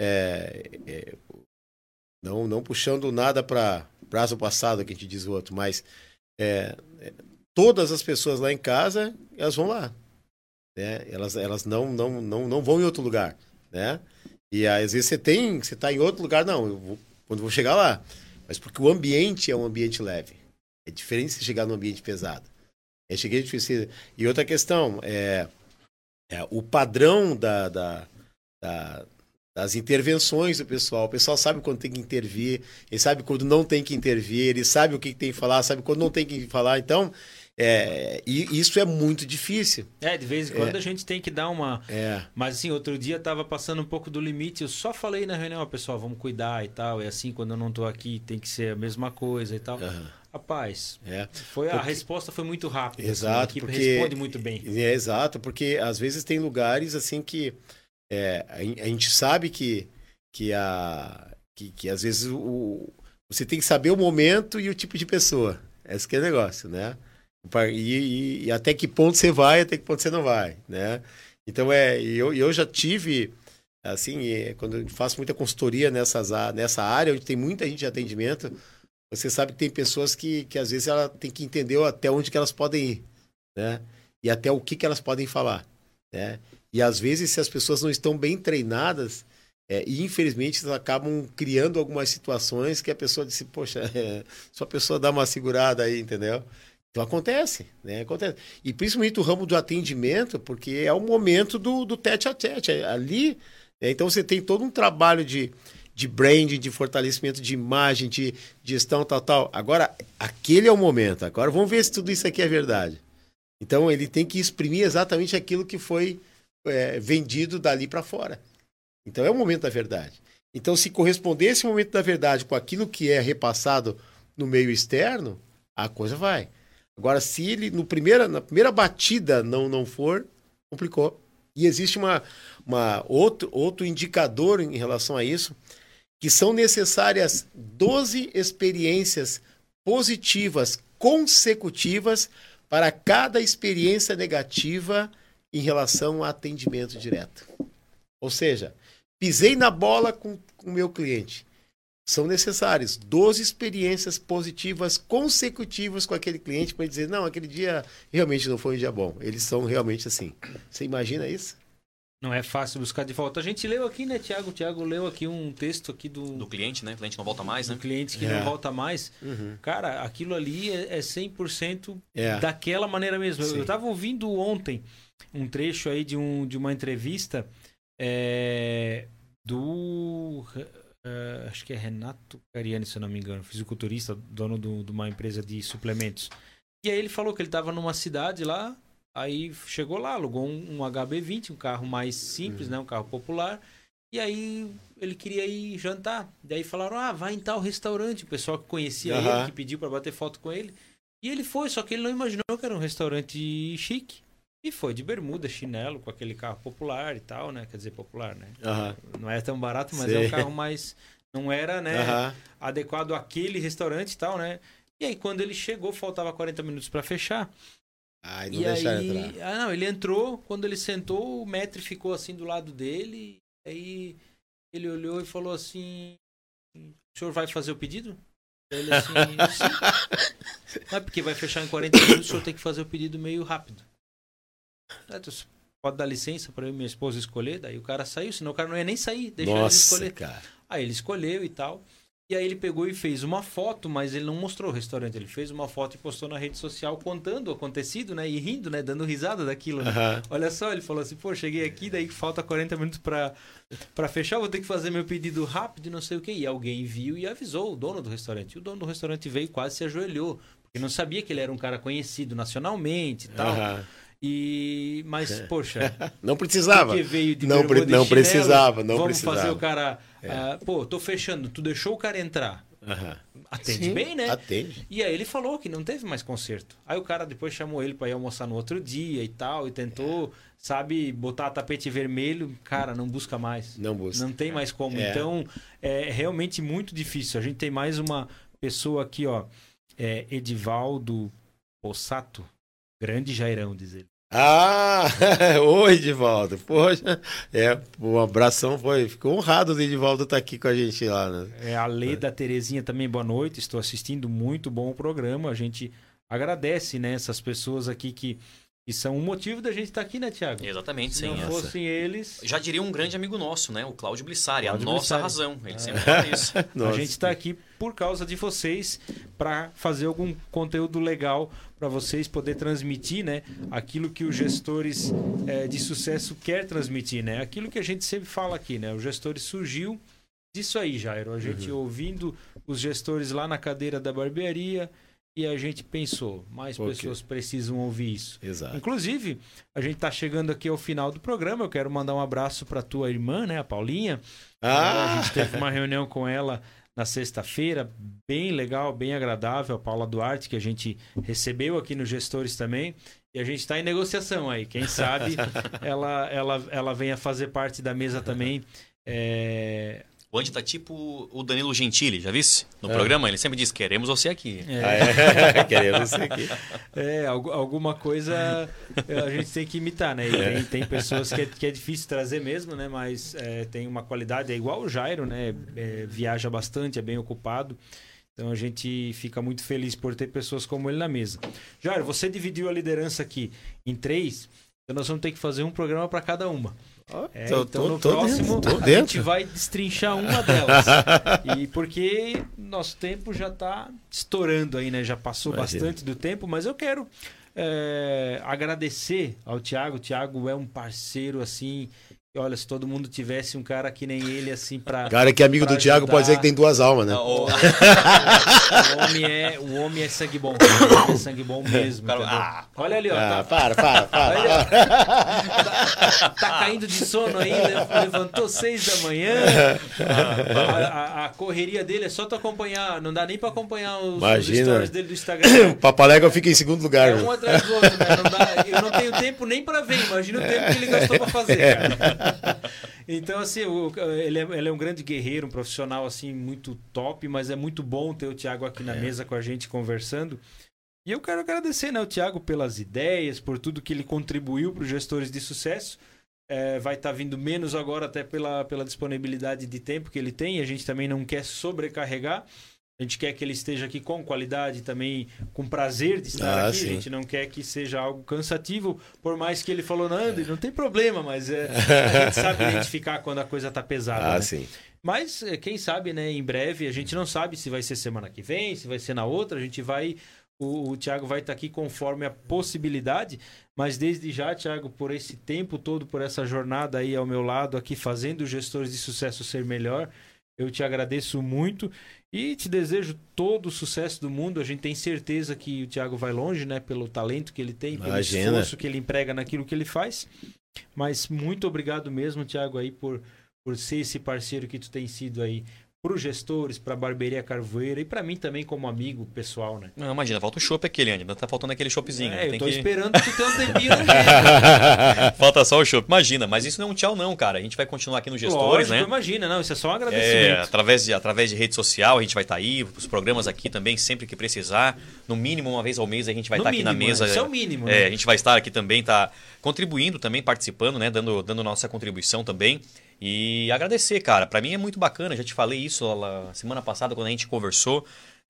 não puxando nada para prazo passado, que a gente diz o outro, mas todas as pessoas lá em casa, elas vão lá. Né? Elas não vão em outro lugar, né? E às vezes você está em outro lugar, quando eu vou chegar lá, mas porque o ambiente é um ambiente leve, é diferente se chegar num ambiente pesado. E outra questão o padrão das intervenções do pessoal. O pessoal sabe quando tem que intervir, ele sabe quando não tem que intervir, ele sabe o que tem que falar, sabe quando não tem que falar. Então e isso é muito difícil. De vez em quando a gente tem que dar uma... Mas assim, outro dia estava passando um pouco do limite, eu só falei na reunião, pessoal, vamos cuidar e tal, e assim, quando eu não estou aqui, tem que ser a mesma coisa e tal. Rapaz, a resposta foi muito rápida. Exato. Assim, a equipe responde muito bem. Exato, porque às vezes tem lugares assim que a gente sabe que às vezes você tem que saber o momento e o tipo de pessoa. Esse que é o negócio, né? E até que ponto você vai, até que ponto você não vai, né? Então eu já tive assim, quando eu faço muita consultoria nessa área onde tem muita gente de atendimento, você sabe que tem pessoas que às vezes ela tem que entender até onde que elas podem ir, né? E até o que elas podem falar. né? E às vezes, se as pessoas não estão bem treinadas, e infelizmente elas acabam criando algumas situações que a pessoa disse, poxa, só a pessoa dá uma segurada aí, entendeu? Então acontece, né? Acontece. E principalmente o ramo do atendimento, porque é o momento do tete a tete. Ali, então você tem todo um trabalho de branding, de fortalecimento de imagem, de gestão, tal. Agora, aquele é o momento. Agora vamos ver se tudo isso aqui é verdade. Então ele tem que exprimir exatamente aquilo que foi vendido dali para fora. Então é o momento da verdade. Então, se corresponder esse momento da verdade com aquilo que é repassado no meio externo, a coisa vai. Agora, se ele na primeira batida não for, complicou. E existe outro indicador em relação a isso, que são necessárias 12 experiências positivas consecutivas para cada experiência negativa em relação ao atendimento direto. Ou seja, pisei na bola com o meu cliente. São necessárias 12 experiências positivas consecutivas com aquele cliente para dizer, não, aquele dia realmente não foi um dia bom. Eles são realmente assim. Você imagina isso? Não é fácil buscar de volta. A gente leu aqui, né, Tiago? O Tiago leu aqui um texto aqui do cliente, né? O cliente não volta mais, né? Do cliente que não volta mais. Uhum. Cara, aquilo ali é 100% daquela maneira mesmo. Sim. Eu estava ouvindo ontem um trecho aí de uma entrevista do... acho que é Renato Cariani, se eu não me engano, fisiculturista, dono de uma empresa de suplementos. E aí ele falou que ele estava numa cidade lá, aí chegou lá, alugou um HB20, um carro mais simples, né, um carro popular, e aí ele queria ir jantar. Daí falaram, vai em tal restaurante, o pessoal que conhecia ele, que pediu para bater foto com ele. E ele foi, só que ele não imaginou que era um restaurante chique. E foi de bermuda, chinelo, com aquele carro popular e tal, né? Quer dizer, popular, né? Não é tão barato, mas é um carro mais... Não era, né? Adequado àquele restaurante e tal, né? E aí, quando ele chegou, faltava 40 minutos para fechar. E não deixaram entrar. Não, ele entrou, quando ele sentou, o maître ficou assim do lado dele. Aí ele olhou e falou assim... O senhor vai fazer o pedido? Ele assim... Sim. Não é porque vai fechar em 40 minutos, o senhor tem que fazer o pedido meio rápido. Pode dar licença para eu e minha esposa escolher? Daí o cara saiu, senão o cara não ia nem sair, deixou ele escolher. Cara. Aí ele escolheu e tal. E aí ele pegou e fez uma foto, mas ele não mostrou o restaurante. Ele fez uma foto e postou na rede social contando o acontecido, né? E rindo, né? Dando risada daquilo. Né? Olha só, ele falou assim, cheguei aqui, daí falta 40 minutos para fechar, vou ter que fazer meu pedido rápido e não sei o quê. E alguém viu e avisou o dono do restaurante. E o dono do restaurante veio e quase se ajoelhou, porque não sabia que ele era um cara conhecido nacionalmente e tal. Mas, poxa... Não precisava. Porque veio de não precisava. Vamos fazer o cara... tô fechando. Tu deixou o cara entrar. Atende bem, né? Atende. E aí ele falou que não teve mais conserto. Aí o cara depois chamou ele para ir almoçar no outro dia e tal. E tentou, botar tapete vermelho. Cara, não busca mais. Não busca. Não tem mais como. Então, é realmente muito difícil. A gente tem mais uma pessoa aqui, ó. Edivaldo Possato. Grande Jairão, diz ele. Oi, Edivaldo. Poxa, um abração, ficou honrado do Edivaldo estar aqui com a gente lá, né? A Leda Terezinha também, boa noite, estou assistindo, muito bom o programa, a gente agradece, né, essas pessoas aqui que são o motivo da gente estar aqui, né, Tiago? Exatamente, Se não fossem eles... Já diria um grande amigo nosso, né, o Cláudio Blissari, a nossa razão, ele sempre fala isso. A gente está aqui por causa de vocês, para fazer algum conteúdo legal para vocês poder transmitir, né, aquilo que os gestores de sucesso quer transmitir, né? Aquilo que a gente sempre fala aqui, né? Os gestores surgiu disso aí, Jairo. A gente ouvindo os gestores lá na cadeira da barbearia e a gente pensou, mais pessoas precisam ouvir isso. Exato. Inclusive, a gente está chegando aqui ao final do programa. Eu quero mandar um abraço para tua irmã, né, a Paulinha. A gente teve uma reunião com ela na sexta-feira, bem legal, bem agradável, a Paula Duarte, que a gente recebeu aqui nos Gestores também, e a gente está em negociação aí, quem sabe ela venha fazer parte da mesa também. O Andy tá tipo o Danilo Gentili, já visse? No programa ele sempre diz, queremos você aqui. Queremos você aqui. Alguma coisa a gente tem que imitar, né? E tem pessoas que é difícil trazer mesmo, né? Mas tem uma qualidade, é igual o Jairo, né? Viaja bastante, é bem ocupado. Então a gente fica muito feliz por ter pessoas como ele na mesa. Jairo, você dividiu a liderança aqui em 3. Então nós vamos ter que fazer um programa para cada uma. Então no próximo a gente vai destrinchar uma delas. E porque nosso tempo já está estourando aí, né? Já passou bastante do tempo, mas eu quero agradecer ao Thiago. O Thiago é um parceiro assim. Olha, se todo mundo tivesse um cara que nem ele, assim, pra... Cara que é amigo do Thiago pode dizer que tem 2 almas, né? O homem é sangue bom. É sangue bom mesmo. Olha ali, ó. Para. Tá caindo de sono ainda. Levantou 6 da manhã. A correria dele é só tu acompanhar. Não dá nem pra acompanhar os stories dele do Instagram. O Papalégua fica em segundo lugar. Um atrás do outro, né? Eu não tenho tempo nem pra ver. Imagina o tempo que ele gastou pra fazer, cara. Então, assim, ele é um grande guerreiro, um profissional, assim, muito top, mas é muito bom ter o Thiago aqui na mesa com a gente conversando. E eu quero agradecer, né, o Thiago pelas ideias, por tudo que ele contribuiu para os gestores de sucesso. Vai estar vindo menos agora até pela disponibilidade de tempo que ele tem. A gente também não quer sobrecarregar. A gente quer que ele esteja aqui com qualidade também, com prazer de estar aqui. Sim. A gente não quer que seja algo cansativo, por mais que ele falou, não tem problema, mas a gente sabe identificar quando a coisa está pesada. Né? Sim. Mas, quem sabe, né, em breve, a gente não sabe se vai ser semana que vem, se vai ser na outra, a gente vai... O Thiago vai estar aqui conforme a possibilidade, mas desde já, Thiago, por esse tempo todo, por essa jornada aí ao meu lado, aqui fazendo os gestores de sucesso ser melhor, eu te agradeço muito e te desejo todo o sucesso do mundo. A gente tem certeza que o Thiago vai longe, né? Pelo talento que ele tem, pelo esforço que ele emprega naquilo que ele faz. Mas muito obrigado mesmo, Thiago, aí por ser esse parceiro que tu tem sido aí para os gestores, para a Barbearia Carvoeira e para mim também como amigo pessoal, né? Não, imagina, falta o chopp aquele ainda tá faltando aquele choppzinho. Eu tô esperando tu ter um tempinho na gente. Falta só o chopp, imagina, mas isso não é um tchau não, cara. A gente vai continuar aqui no Gestores, lógico, né? Imagina, não, isso é só um agradecimento. Através de rede social, a gente vai estar aí, os programas aqui também, sempre que precisar. No mínimo, uma vez ao mês, a gente vai estar aqui na mesa. Isso é o mínimo, né? A gente vai estar aqui também, tá contribuindo também, participando, né? Dando nossa contribuição também. E agradecer, cara. Pra mim é muito bacana. Já te falei isso semana passada quando a gente conversou.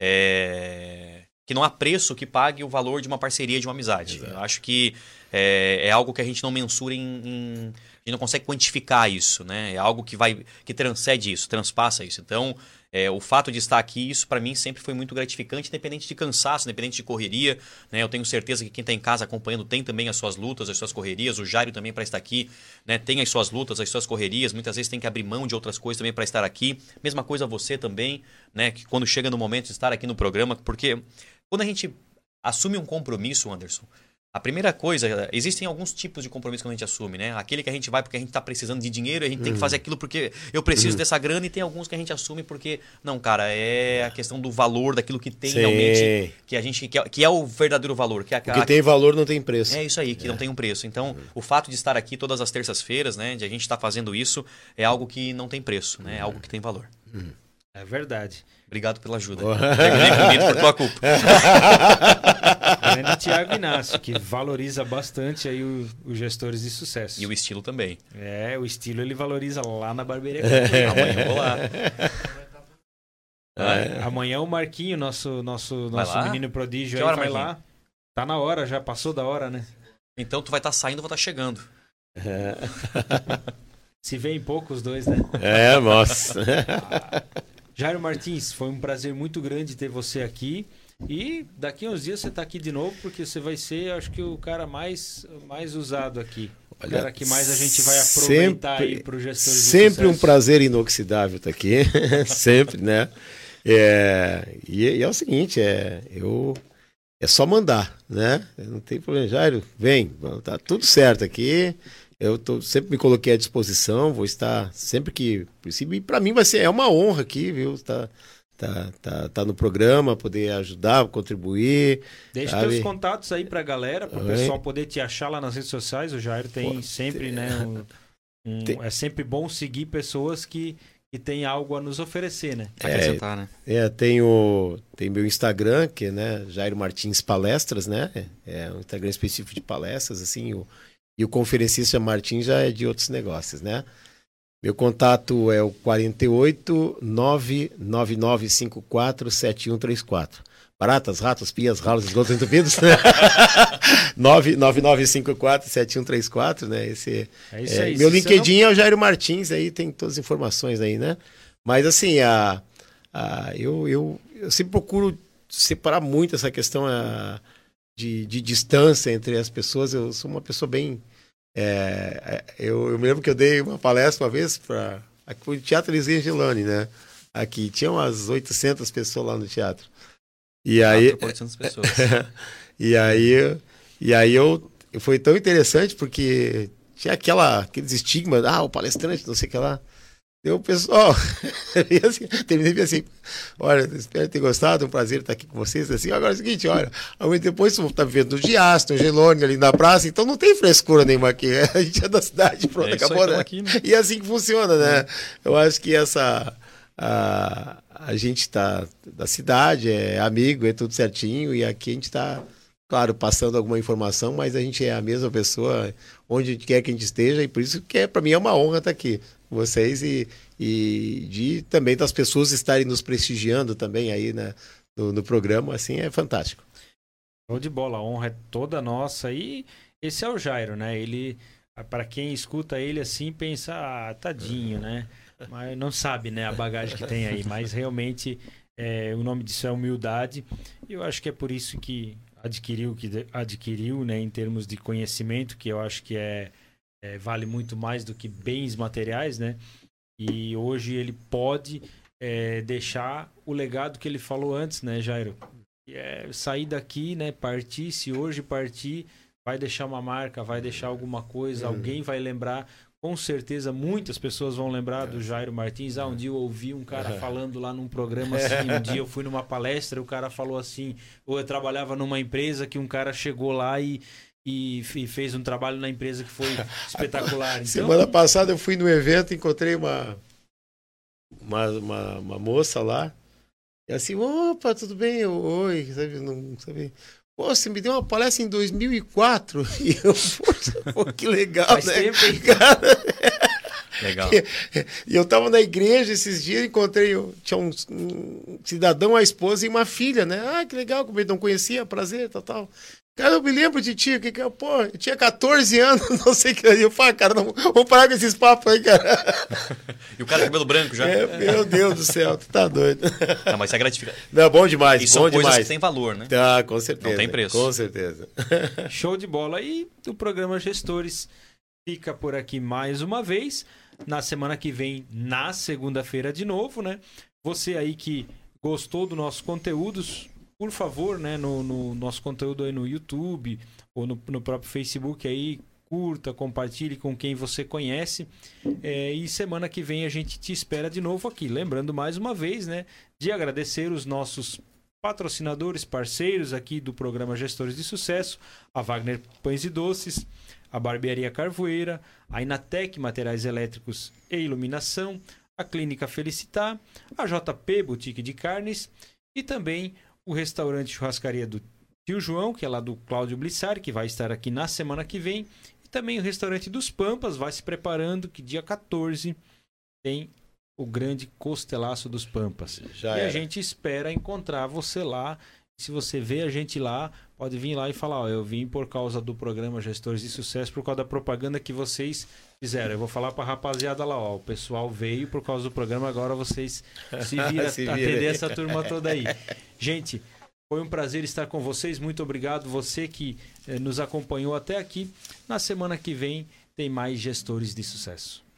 Que não há preço que pague o valor de uma parceria, de uma amizade. Exato. Eu acho que é algo que a gente não mensura a gente não consegue quantificar isso, né? É algo que transcende isso, transpassa isso. Então, o fato de estar aqui, isso para mim sempre foi muito gratificante, independente de cansaço, independente de correria, né? Eu tenho certeza que quem está em casa acompanhando tem também as suas lutas, as suas correrias. O Jairo também, para estar aqui, né? Tem as suas lutas, as suas correrias. Muitas vezes tem que abrir mão de outras coisas também para estar aqui. Mesma coisa você também, né? Que quando chega no momento de estar aqui no programa, porque quando a gente assume um compromisso, Anderson, a primeira coisa, existem alguns tipos de compromisso que a gente assume, né? Aquele que a gente vai porque a gente está precisando de dinheiro, a gente tem que fazer aquilo porque eu preciso dessa grana, e tem alguns que a gente assume porque, não, cara, é a questão do valor, daquilo que tem realmente, que é o verdadeiro valor. Que tem valor não tem preço. É isso aí, que não tem um preço. Então, o fato de estar aqui todas as terças-feiras, né, de a gente estar fazendo isso, é algo que não tem preço, né? É algo que tem valor. É verdade. Obrigado pela ajuda. Terminei com medo por tua culpa. Grande Thiago Inácio, que valoriza bastante aí os gestores de sucesso. E o estilo também. O estilo ele valoriza lá na barbearia. Amanhã eu vou lá. Amanhã o Marquinho, nosso menino prodígio, aí vai lá. Tá na hora, já passou da hora, né? Então tu vai estar saindo, eu vou estar chegando. Se vêem pouco os dois, né? Nossa. Jairo Martins, foi um prazer muito grande ter você aqui. E daqui a uns dias você está aqui de novo, porque você vai ser, acho que, o cara mais usado aqui. O cara que mais a gente vai aproveitar aí para os gestores de sucesso. Sempre um prazer inoxidável estar aqui. Sempre, né? E é o seguinte, é só mandar, né? Não tem problema. Jairo, vem, tá tudo certo aqui. Eu sempre me coloquei à disposição, vou estar sempre que possível. E para mim é uma honra aqui, viu? Tá no programa, poder ajudar, contribuir. Deixa teus contatos aí pra galera, para o pessoal poder te achar lá nas redes sociais. O Jairo tem sempre, né? É sempre bom seguir pessoas que têm algo a nos oferecer, né? Acrescentar, né? Tem meu Instagram, que é, né, Jairo Martins Palestras, né? É um Instagram específico de palestras, assim, e o conferencista Martins já é de outros negócios, né? Meu contato é o 48 99954 7134. baratas, ratos, pias, ralos, esgotos entupidos. 999547134, né? Esse isso aí. meu LinkedIn é o Jairo Martins, aí tem todas as informações aí, né? Mas assim, eu sempre procuro separar muito essa questão de distância entre as pessoas. Eu sou uma pessoa bem... eu me lembro que eu dei uma palestra uma vez para o Teatro Eliseu Gelani, né? Aqui tinha umas 800 pessoas lá no teatro. E aí 800 pessoas. e aí foi tão interessante porque tinha aqueles estigmas, o palestrante, não sei o que lá. Eu, pessoal, terminei assim, olha, espero ter gostado, um prazer estar aqui com vocês. Assim, agora é o seguinte, olha, depois você está vivendo no Giaston, Gelone, ali na praça, então não tem frescura nenhuma aqui. A gente é da cidade, pronto, acabou, né? Aqui, né? E é assim que funciona, né? Eu acho que a gente tá da cidade, é amigo, é tudo certinho, e aqui a gente está, claro, passando alguma informação, mas a gente é a mesma pessoa onde quer que a gente esteja, e por isso que para mim é uma honra estar aqui com vocês e de também das pessoas estarem nos prestigiando também aí, né, no programa, assim, é fantástico. Show de bola, a honra é toda nossa, e esse é o Jairo, né? Ele, para quem escuta ele assim, pensa, tadinho, né? Mas não sabe, né, a bagagem que tem aí, mas realmente o nome disso é humildade, e eu acho que é por isso que adquiriu, né, em termos de conhecimento, que eu acho que vale muito mais do que bens materiais, né? E hoje ele pode deixar o legado que ele falou antes, né, Jairo? Sair daqui, né, partir, se hoje partir, vai deixar uma marca, vai deixar alguma coisa, alguém vai lembrar. Com certeza, muitas pessoas vão lembrar do Jairo Martins. Um dia eu ouvi um cara falando lá num programa assim, um dia eu fui numa palestra, o cara falou assim, ou eu trabalhava numa empresa que um cara chegou lá e fez um trabalho na empresa que foi espetacular. Então, semana passada eu fui no evento, encontrei uma moça lá, e assim, opa, tudo bem? Oi, sabe, não sabe... Pô, você me deu uma palestra em 2004 e eu, poxa, que legal, faz né? Tempo, hein? Cara, legal. E eu tava na igreja esses dias, tinha um cidadão, a esposa e uma filha, né? Que legal, como eu não conhecia, prazer, tal. Cara, eu me lembro de ti, eu tinha 14 anos, não sei o que. Eu falo, cara, não, vamos parar com esses papos aí, cara. E o cara de cabelo branco já. Meu Deus do céu, tu tá doido. Não, mas isso é gratificante. Não, bom demais, e bom são coisas demais. que têm valor, né? Tá, com certeza. Não tem preço. Com certeza. Show de bola. E o programa Gestores fica por aqui mais uma vez. Na semana que vem, na segunda-feira de novo, né? Você aí que gostou do nosso conteúdos, por favor, né, no nosso conteúdo aí no YouTube ou no próprio Facebook aí, curta, compartilhe com quem você conhece. E semana que vem a gente te espera de novo aqui. Lembrando mais uma vez, né, de agradecer os nossos patrocinadores, parceiros aqui do programa Gestores de Sucesso, a Wagner Pães e Doces, a Barbearia Carvoeira, a Inatec Materiais Elétricos e Iluminação, a Clínica Felicitar, a JP Boutique de Carnes e também o restaurante Churrascaria do Tio João, que é lá do Cláudio Blissari, que vai estar aqui na semana que vem. E também o restaurante dos Pampas vai se preparando, que dia 14 tem o grande costelaço dos Pampas. A gente espera encontrar você lá. Se você vê a gente lá, pode vir lá e falar, eu vim por causa do programa Gestores de Sucesso, por causa da propaganda que vocês fizeram. Eu vou falar pra rapaziada lá, o pessoal veio por causa do programa, agora vocês se viram atender essa turma toda aí. Gente, foi um prazer estar com vocês, muito obrigado. Você que nos acompanhou até aqui. Na semana que vem tem mais Gestores de Sucesso.